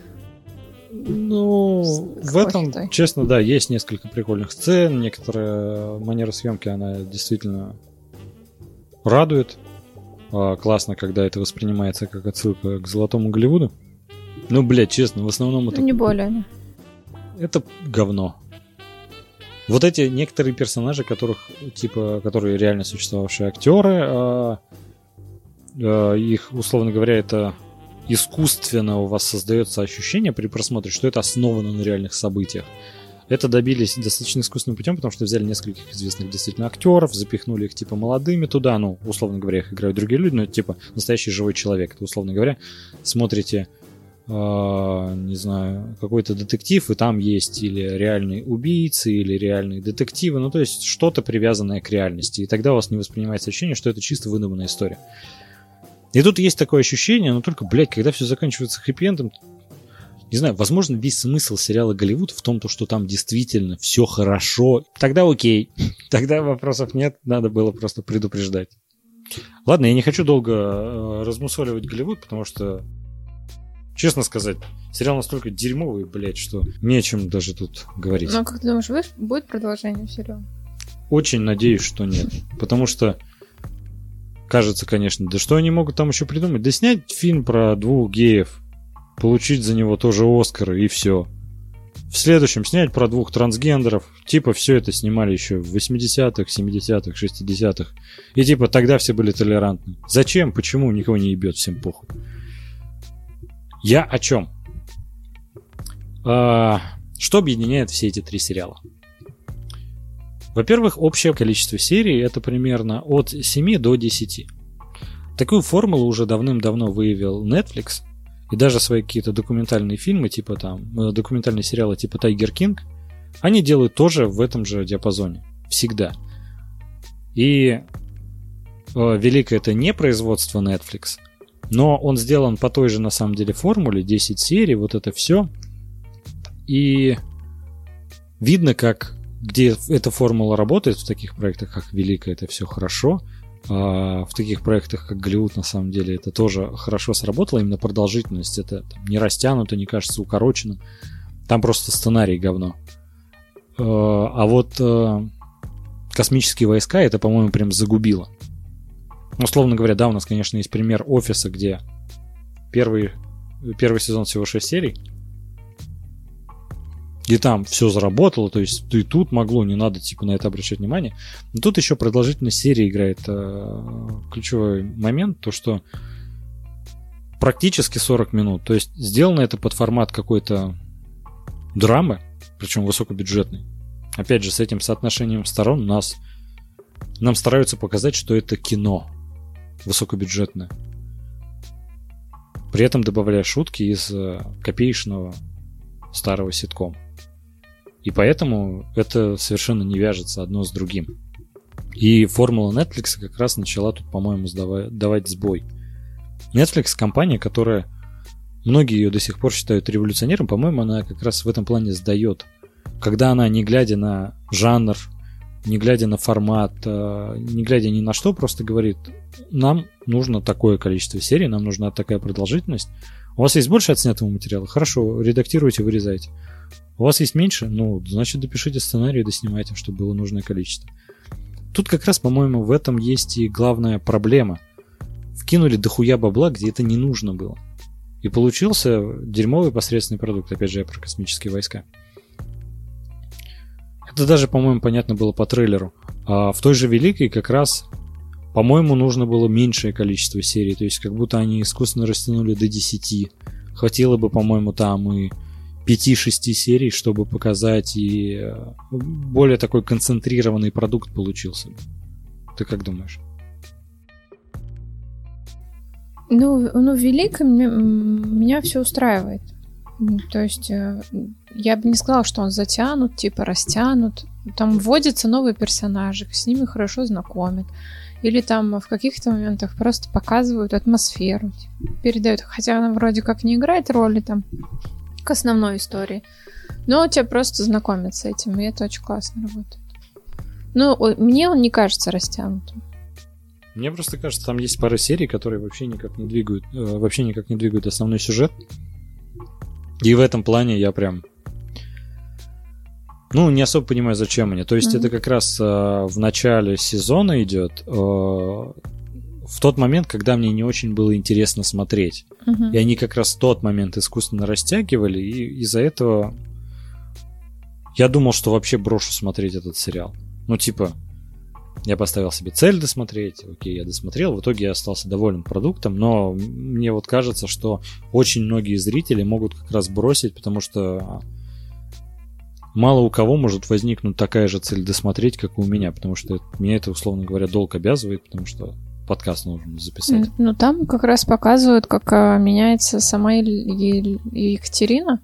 [SPEAKER 1] в этом, честно, да, есть несколько прикольных сцен, некоторая манера съемки, она действительно радует. Классно, когда это воспринимается как отсылка к золотому Голливуду. Честно, в основном это...
[SPEAKER 2] Не более.
[SPEAKER 1] Это говно. Вот эти некоторые персонажи, которые реально существовавшие актеры, их, условно говоря, это искусственно у вас создается ощущение при просмотре, что это основано на реальных событиях. Это добились достаточно искусственным путем, потому что взяли нескольких известных действительно актеров, запихнули их молодыми туда, условно говоря, их играют другие люди, но это настоящий живой человек. Это, условно говоря, смотрите не знаю, какой-то детектив, и там есть или реальные убийцы, или реальные детективы, ну, то есть что-то привязанное к реальности, и тогда у вас не воспринимается ощущение, что это чисто выдуманная история. И тут есть такое ощущение, но только, блядь, когда все заканчивается хэппи-эндом, не знаю, возможно, весь смысл сериала «Голливуд» в том, что там действительно все хорошо, тогда окей, тогда вопросов нет, надо было просто предупреждать. Ладно, я не хочу долго размусоливать Голливуд, потому что, честно сказать, сериал настолько дерьмовый, блядь, что не о чем даже тут говорить.
[SPEAKER 2] Ну, как ты думаешь, будет продолжение сериала?
[SPEAKER 1] Очень надеюсь, что нет. Потому что, кажется, конечно, да что они могут там еще придумать? Да снять фильм про 2 геев, получить за него тоже Оскар, и все. В следующем снять про 2 трансгендеров. Типа все это снимали еще в 80-х, 70-х, 60-х. И типа тогда все были толерантны. Зачем? Почему? Никого не ебет, всем похуй. Я о чем? Что объединяет все эти 3 сериала? Во-первых, общее количество серий это примерно от 7 до 10. Такую формулу уже давным-давно выявил Netflix. И даже свои какие-то документальные фильмы, типа там, документальные сериалы типа Tiger King, они делают тоже в этом же диапазоне. Всегда. И великое это не производство Netflix, но он сделан по той же, на самом деле, формуле, 10 серий, вот это все. И видно, как, где эта формула работает в таких проектах, как «Великое», это все хорошо. В таких проектах, как «Голливуд», на самом деле, это тоже хорошо сработало. Именно продолжительность, это там, не растянуто, не кажется укороченным. Там просто сценарий говно. А вот «Космические войска» это, по-моему, прям загубило. Условно говоря, да, у нас, конечно, есть пример «Офиса», где первый сезон всего 6 серий. И там все заработало, то есть и тут могло, не надо типа на это обращать внимание. Но тут еще продолжительность серии играет ключевой момент, то что практически 40 минут. То есть сделано это под формат какой-то драмы, причем высокобюджетной. Опять же, с этим соотношением сторон нам стараются показать, что это кино высокобюджетное. При этом добавляя шутки из копеечного старого ситкома. И поэтому это совершенно не вяжется одно с другим. И формула Netflix как раз начала тут, по-моему, давать сбой. Netflix — компания, которая... Многие ее до сих пор считают революционером. По-моему, она как раз в этом плане сдает. Когда она, не глядя на жанр, не глядя на формат, не глядя ни на что, просто говорит: нам нужно такое количество серий, нам нужна такая продолжительность. У вас есть больше отснятого материала? Хорошо, редактируйте, вырезайте. У вас есть меньше? Ну, значит, допишите сценарий и доснимайте, чтобы было нужное количество. Тут как раз, по-моему, в этом есть и главная проблема. Вкинули дохуя бабла, где это не нужно было. И получился дерьмовый посредственный продукт. Опять же, я про «Космические войска». Это даже, по-моему, понятно было по трейлеру. А в той же «Великой» как раз, по-моему, нужно было меньшее количество серий. То есть, как будто они искусственно растянули до 10. Хватило бы, по-моему, там и 5-6 серий, чтобы показать, и более такой концентрированный продукт получился. Ты как думаешь?
[SPEAKER 2] Ну, в «Великом» меня все устраивает. То есть я бы не сказала, что он затянут, типа растянут. Там вводятся новые персонажи, с ними хорошо знакомят. Или там в каких-то моментах просто показывают атмосферу, передают. Хотя она вроде как не играет роли там к основной истории. Но тебя просто знакомят с этим, и это очень классно работает. Ну, мне он не кажется растянутым.
[SPEAKER 1] Мне просто кажется, там есть пара серий, которые вообще никак не двигают основной сюжет. И в этом плане я прям... не особо понимаю, зачем они. То есть это как раз в начале сезона идет, в тот момент, когда мне не очень было интересно смотреть. И они как раз в тот момент искусственно растягивали, и из-за этого я думал, что вообще брошу смотреть этот сериал. Я поставил себе цель досмотреть, окей, я досмотрел, в итоге я остался доволен продуктом, но мне вот кажется, что очень многие зрители могут как раз бросить, потому что мало у кого может возникнуть такая же цель досмотреть, как и у меня, потому что меня это, условно говоря, долг обязывает, потому что подкаст нужно записать.
[SPEAKER 2] Ну, там как раз показывают, как меняется сама Екатерина.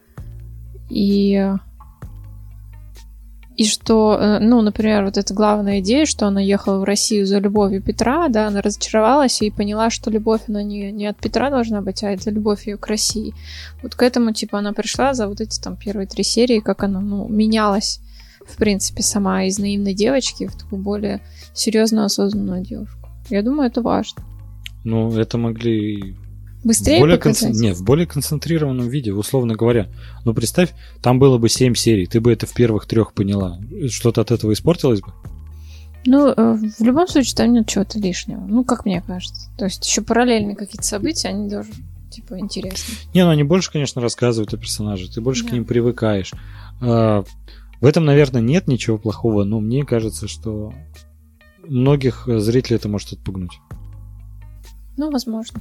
[SPEAKER 2] И что, ну, например, вот эта главная идея, что она ехала в Россию за любовью Петра, да, она разочаровалась и поняла, что любовь, она не от Петра должна быть, а это любовь ее к России. Вот к этому, типа, она пришла за вот эти там первые 3 серии, как она, ну, менялась, в принципе, сама из наивной девочки в такую более серьезную, осознанную девушку. Я думаю, это важно.
[SPEAKER 1] Ну, это могли...
[SPEAKER 2] Быстрее показать?
[SPEAKER 1] Нет, в более концентрированном виде, условно говоря. Ну, представь, там было бы 7 серий, ты бы это в первых 3 поняла. Что-то от этого испортилось бы?
[SPEAKER 2] Ну, в любом случае, там нет чего-то лишнего. Ну, как мне кажется. То есть еще параллельные какие-то события, они тоже, типа, интересны.
[SPEAKER 1] Не, ну они больше, конечно, рассказывают о персонаже, ты больше к ним привыкаешь. В этом, наверное, нет ничего плохого, но мне кажется, что многих зрителей это может отпугнуть.
[SPEAKER 2] Ну, возможно.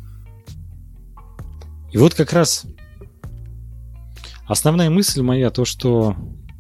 [SPEAKER 1] И вот как раз основная мысль моя, то, что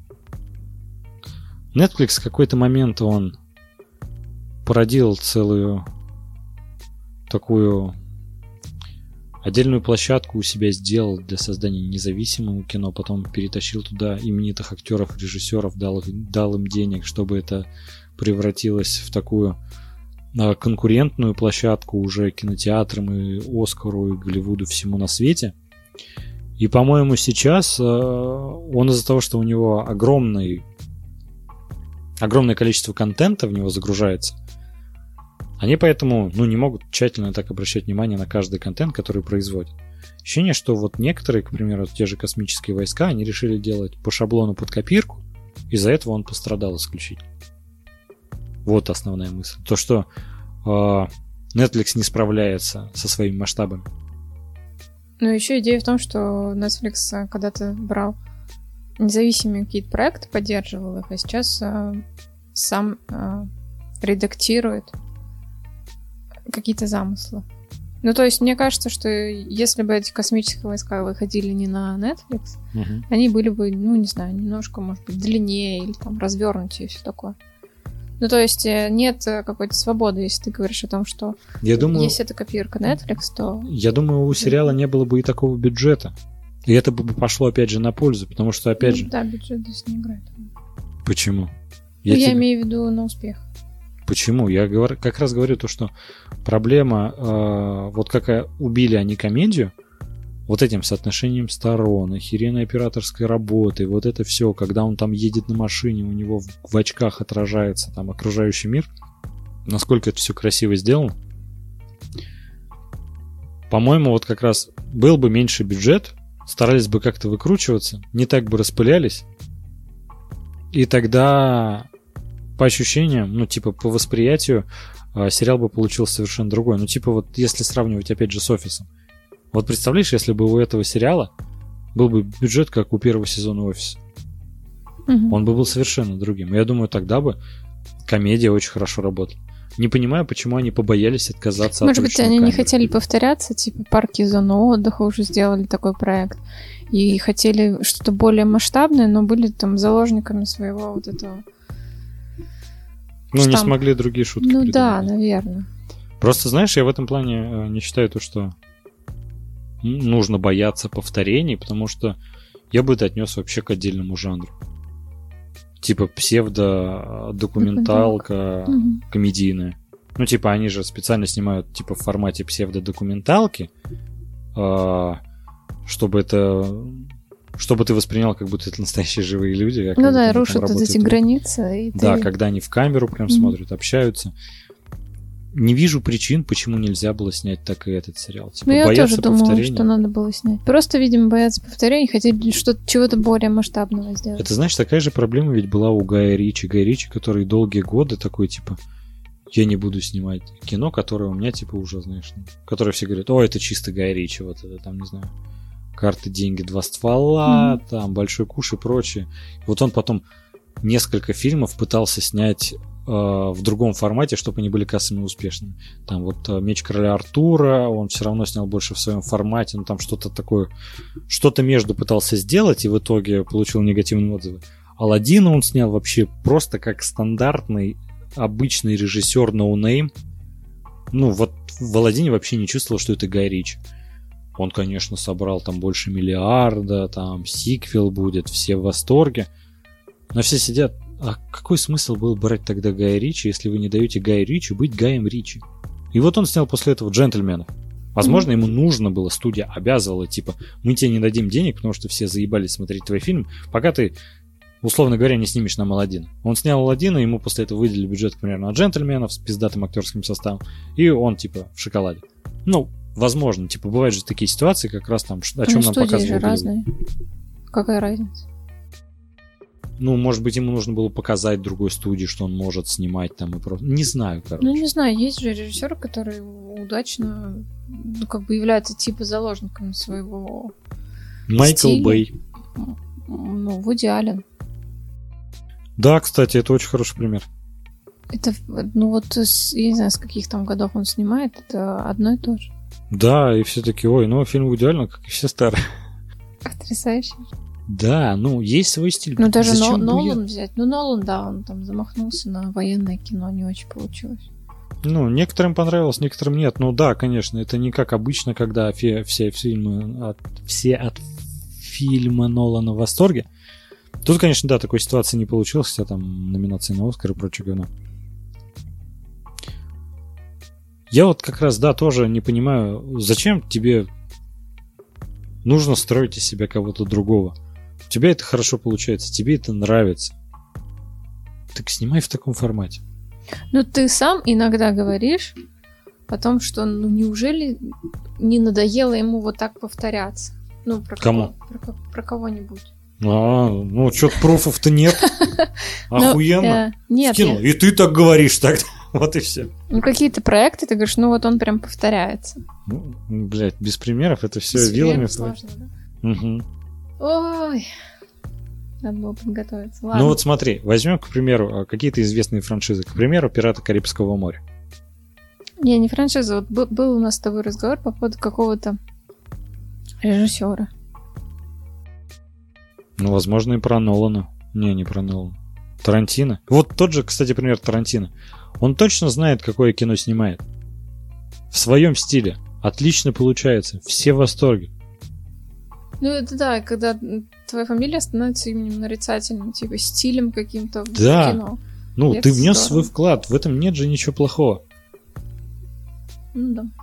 [SPEAKER 1] Netflix в какой-то момент он породил целую такую отдельную площадку у себя сделал для создания независимого кино, потом перетащил туда именитых актеров, режиссеров, дал им денег, чтобы это превратилось в такую конкурентную площадку уже кинотеатрам и Оскару, и Голливуду, всему на свете. И, по-моему, сейчас он из-за того, что у него огромное количество контента в него загружается, они поэтому, ну, не могут тщательно так обращать внимание на каждый контент, который производят. Ощущение, что вот некоторые, к примеру, те же космические войска, они решили делать по шаблону под копирку, из-за этого он пострадал исключительно. Вот основная мысль. То, что Netflix не справляется со своими масштабами.
[SPEAKER 2] Ну, еще идея в том, что Netflix когда-то брал независимые какие-то проекты, поддерживал их, а сейчас сам редактирует какие-то замыслы. Ну, то есть, мне кажется, что если бы эти космические войска выходили не на Netflix, они были бы, ну, не знаю, немножко, может быть, длиннее или там развернутее и все такое. Ну, то есть, нет какой-то свободы, если ты говоришь о том, что если это копирка Netflix, то...
[SPEAKER 1] Я думаю, у сериала не было бы и такого бюджета. И это бы пошло, опять же, на пользу, потому что, опять же...
[SPEAKER 2] Да, бюджет здесь не играет.
[SPEAKER 1] Почему?
[SPEAKER 2] Я имею в виду на успех.
[SPEAKER 1] Почему? Я как раз говорю то, что проблема, вот как убили они комедию, вот этим соотношением сторон, охеренной операторской работы, вот это все, когда он там едет на машине, у него в очках отражается там окружающий мир, насколько это все красиво сделано. По-моему, вот как раз был бы меньше бюджет, старались бы как-то выкручиваться, не так бы распылялись, и тогда по ощущениям, ну, типа, по восприятию, сериал бы получился совершенно другой. Ну, типа, вот если сравнивать, опять же, с «Офисом». Вот представляешь, если бы у этого сериала был бы бюджет, как у первого сезона «Офиса». Он бы был совершенно другим. И я думаю, тогда бы комедия очень хорошо работала. Не понимаю, почему они побоялись отказаться от ручной камеры.
[SPEAKER 2] Может быть, они не хотели повторяться, типа парки и зоны отдыха уже сделали такой проект. И хотели что-то более масштабное, но были там заложниками своего вот этого...
[SPEAKER 1] Ну, не смогли другие шутки придумать.
[SPEAKER 2] Да, наверное.
[SPEAKER 1] Просто, знаешь, я в этом плане не считаю то, что нужно бояться повторений, потому что я бы это отнес вообще к отдельному жанру. Типа псевдодокументалка комедийная. Ну, типа, они же специально снимают типа в формате псевдодокументалки, чтобы ты воспринял, как будто это настоящие живые люди.
[SPEAKER 2] Ну да, рушат вот эти границы.
[SPEAKER 1] Да, когда они в камеру прям смотрят, общаются. Не вижу причин, почему нельзя было снять так и этот сериал. Типа,
[SPEAKER 2] ну, я тоже думала, что надо было снять. Просто, видимо, боятся повторений, хотели чего-то более масштабного сделать.
[SPEAKER 1] Это, знаешь, такая же проблема ведь была у Гая Ричи. Гай Ричи, который долгие годы такой, типа, я не буду снимать кино, которое у меня, типа, уже, знаешь, которое все говорят, о, это чисто Гай Ричи, вот это там, не знаю, карты, деньги, 2 ствола, там, большой куш и прочее. Вот он потом несколько фильмов пытался снять в другом формате, чтобы они были кассовыми успешными. Там вот «Меч короля Артура», он все равно снял больше в своем формате, но там что-то такое, что-то между пытался сделать, и в итоге получил негативные отзывы. «Аладдина» он снял вообще просто как стандартный, обычный режиссер no name. Ну, вот в «Аладдине» вообще не чувствовал, что это Гай Ричи. Он, конечно, собрал там больше миллиарда, там сиквел будет, все в восторге. Но все сидят, а какой смысл был брать тогда Гая Ричи, если вы не даете Гаю Ричи быть Гаем Ричи? И вот он снял после этого «Джентльменов». Возможно, ему нужно было, студия обязывала, типа, мы тебе не дадим денег, потому что все заебались смотреть твой фильм, пока ты, условно говоря, не снимешь нам «Аладдина». Он снял «Аладдина», ему после этого выделили бюджет, примерно, на «Джентльменов» с пиздатым актерским составом, и он, типа, в шоколаде. Ну, возможно, типа, бывают же такие ситуации, как раз там, о чем нам показывали.
[SPEAKER 2] Студии же разные. Какая разница?
[SPEAKER 1] Ну, может быть, ему нужно было показать другой студии, что он может снимать там и просто... Не знаю, короче.
[SPEAKER 2] Ну, не знаю, есть же режиссеры, которые удачно, ну, как бы являются типа заложниками своего
[SPEAKER 1] Майкл
[SPEAKER 2] стиля.
[SPEAKER 1] Бэй.
[SPEAKER 2] Ну, Вуди Аллен.
[SPEAKER 1] Да, кстати, это очень хороший пример.
[SPEAKER 2] Это, ну вот, я не знаю, с каких там годов он снимает, это одно и то же.
[SPEAKER 1] Да, и все таки ой, ну, фильм Вуди Аллена, как и все старые.
[SPEAKER 2] Потрясающе.
[SPEAKER 1] Да, ну, есть свой стиль.
[SPEAKER 2] Ну, даже
[SPEAKER 1] Зачем
[SPEAKER 2] Нолан взять. Ну, Нолан, да, он там замахнулся на военное кино, не очень получилось.
[SPEAKER 1] Ну, некоторым понравилось, некоторым нет. Ну да, конечно, это не как обычно, когда все от фильма Нолана в восторге. Тут, конечно, да, такой ситуации не получилось, хотя там номинации на Оскар и прочее говно. Я вот как раз, да, тоже не понимаю, зачем тебе нужно строить из себя кого-то другого. У тебя это хорошо получается, тебе это нравится. Так снимай в таком формате.
[SPEAKER 2] Ну, ты сам иногда говоришь о том, что, ну, неужели не надоело ему вот так повторяться? Ну, про
[SPEAKER 1] кому?
[SPEAKER 2] Про кого-нибудь.
[SPEAKER 1] Ну, что-то пруфов-то нет. Охуенно.
[SPEAKER 2] Нет.
[SPEAKER 1] Скинул. И ты так говоришь тогда. Вот и все.
[SPEAKER 2] Ну, какие-то проекты, ты говоришь, ну, вот он прям повторяется.
[SPEAKER 1] Ну, блядь, без примеров это все
[SPEAKER 2] Без
[SPEAKER 1] вилами.
[SPEAKER 2] примеров сложно, да?
[SPEAKER 1] Угу.
[SPEAKER 2] Ой, надо было подготовиться. Ладно.
[SPEAKER 1] Ну вот смотри, возьмем, к примеру, какие-то известные франшизы. К примеру, «Пираты Карибского моря».
[SPEAKER 2] Не франшиза. Вот был у нас с тобой разговор по поводу какого-то режиссера.
[SPEAKER 1] Ну, возможно, и про Нолана. Не про Нолана. Тарантино. Вот тот же, кстати, пример Тарантино. Он точно знает, какое кино снимает. В своем стиле. Отлично получается. Все в восторге.
[SPEAKER 2] Ну, это да, когда твоя фамилия становится именем нарицательным, типа стилем каким-то в
[SPEAKER 1] Да.
[SPEAKER 2] кино.
[SPEAKER 1] Ну,
[SPEAKER 2] Это
[SPEAKER 1] ты внес
[SPEAKER 2] здорово.
[SPEAKER 1] свой вклад. В этом нет же ничего плохого.
[SPEAKER 2] Ну да.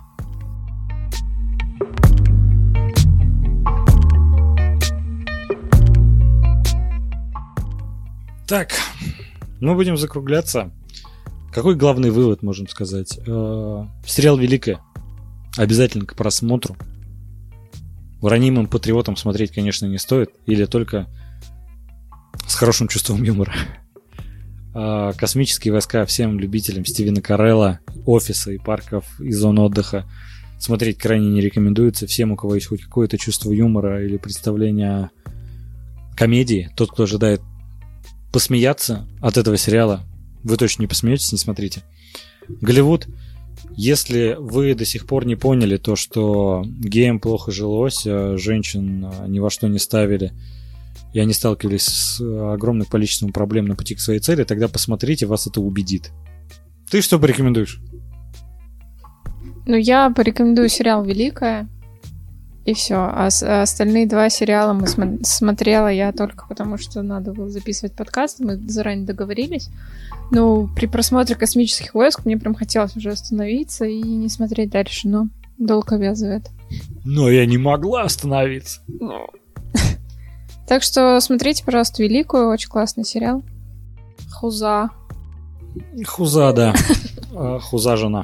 [SPEAKER 1] Так, мы будем закругляться. Какой главный вывод можем сказать? Сериал «Великая». Обязательно к просмотру. Ранимым патриотам смотреть, конечно, не стоит. Или только с хорошим чувством юмора. Космические войска всем любителям Стивена Карелла, офиса и парков и зон отдыха смотреть крайне не рекомендуется. Всем, у кого есть хоть какое-то чувство юмора или представление о комедии, тот, кто ожидает посмеяться от этого сериала, вы точно не посмеетесь, не смотрите. Голливуд, если вы до сих пор не поняли то, что геям плохо жилось, женщин ни во что не ставили, и они сталкивались с огромным количеством проблем на пути к своей цели, тогда посмотрите, вас это убедит. Ты что порекомендуешь?
[SPEAKER 2] Ну, я порекомендую сериал «Великая», и все. А остальные два сериала смотрела я только потому, что надо было записывать подкаст, мы заранее договорились. Но при просмотре «Космических войск» мне прям хотелось уже остановиться и не смотреть дальше, но долг обязывает.
[SPEAKER 1] Но я не могла остановиться.
[SPEAKER 2] Так что смотрите, пожалуйста, «Великую», очень классный сериал. Хуза,
[SPEAKER 1] да. Хуза жена.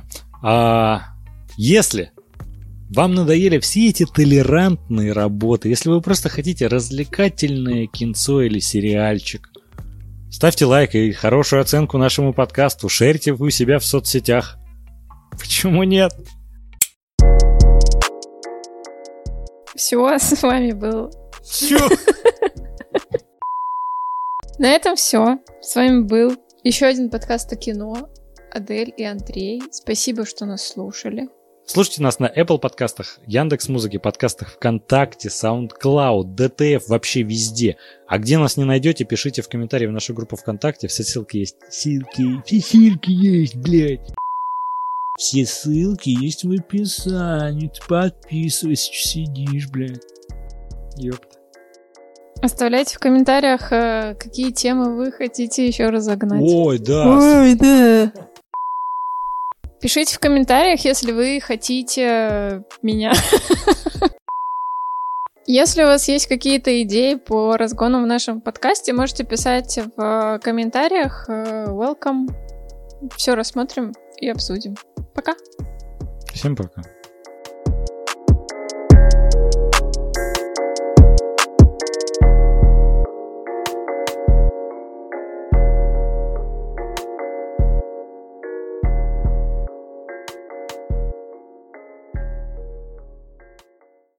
[SPEAKER 1] Если вам надоели все эти толерантные работы, если вы просто хотите развлекательное кинцо или сериальчик, ставьте лайк и хорошую оценку нашему подкасту, шерьте вы у себя в соцсетях. Почему нет?
[SPEAKER 2] Все, с вами был...
[SPEAKER 1] Все.
[SPEAKER 2] На этом все. С вами был еще один подкаст о кино. Адель и Андрей. Спасибо, что нас слушали.
[SPEAKER 1] Слушайте нас на Apple подкастах, Яндекс.Музыке, подкастах ВКонтакте, SoundCloud, DTF, вообще везде. А где нас не найдете, пишите в комментарии в нашу группу ВКонтакте. Все ссылки есть. Все ссылки есть, блядь. Все ссылки есть в описании. Ты подписывайся, что сидишь, блядь. Ёпта.
[SPEAKER 2] Оставляйте в комментариях, какие темы вы хотите еще разогнать.
[SPEAKER 1] Ой, да.
[SPEAKER 2] Ой, да. Пишите в комментариях, если вы хотите меня. Если у вас есть какие-то идеи по разгону в нашем подкасте, можете писать в комментариях. Welcome. Все рассмотрим и обсудим. Пока.
[SPEAKER 1] Всем пока.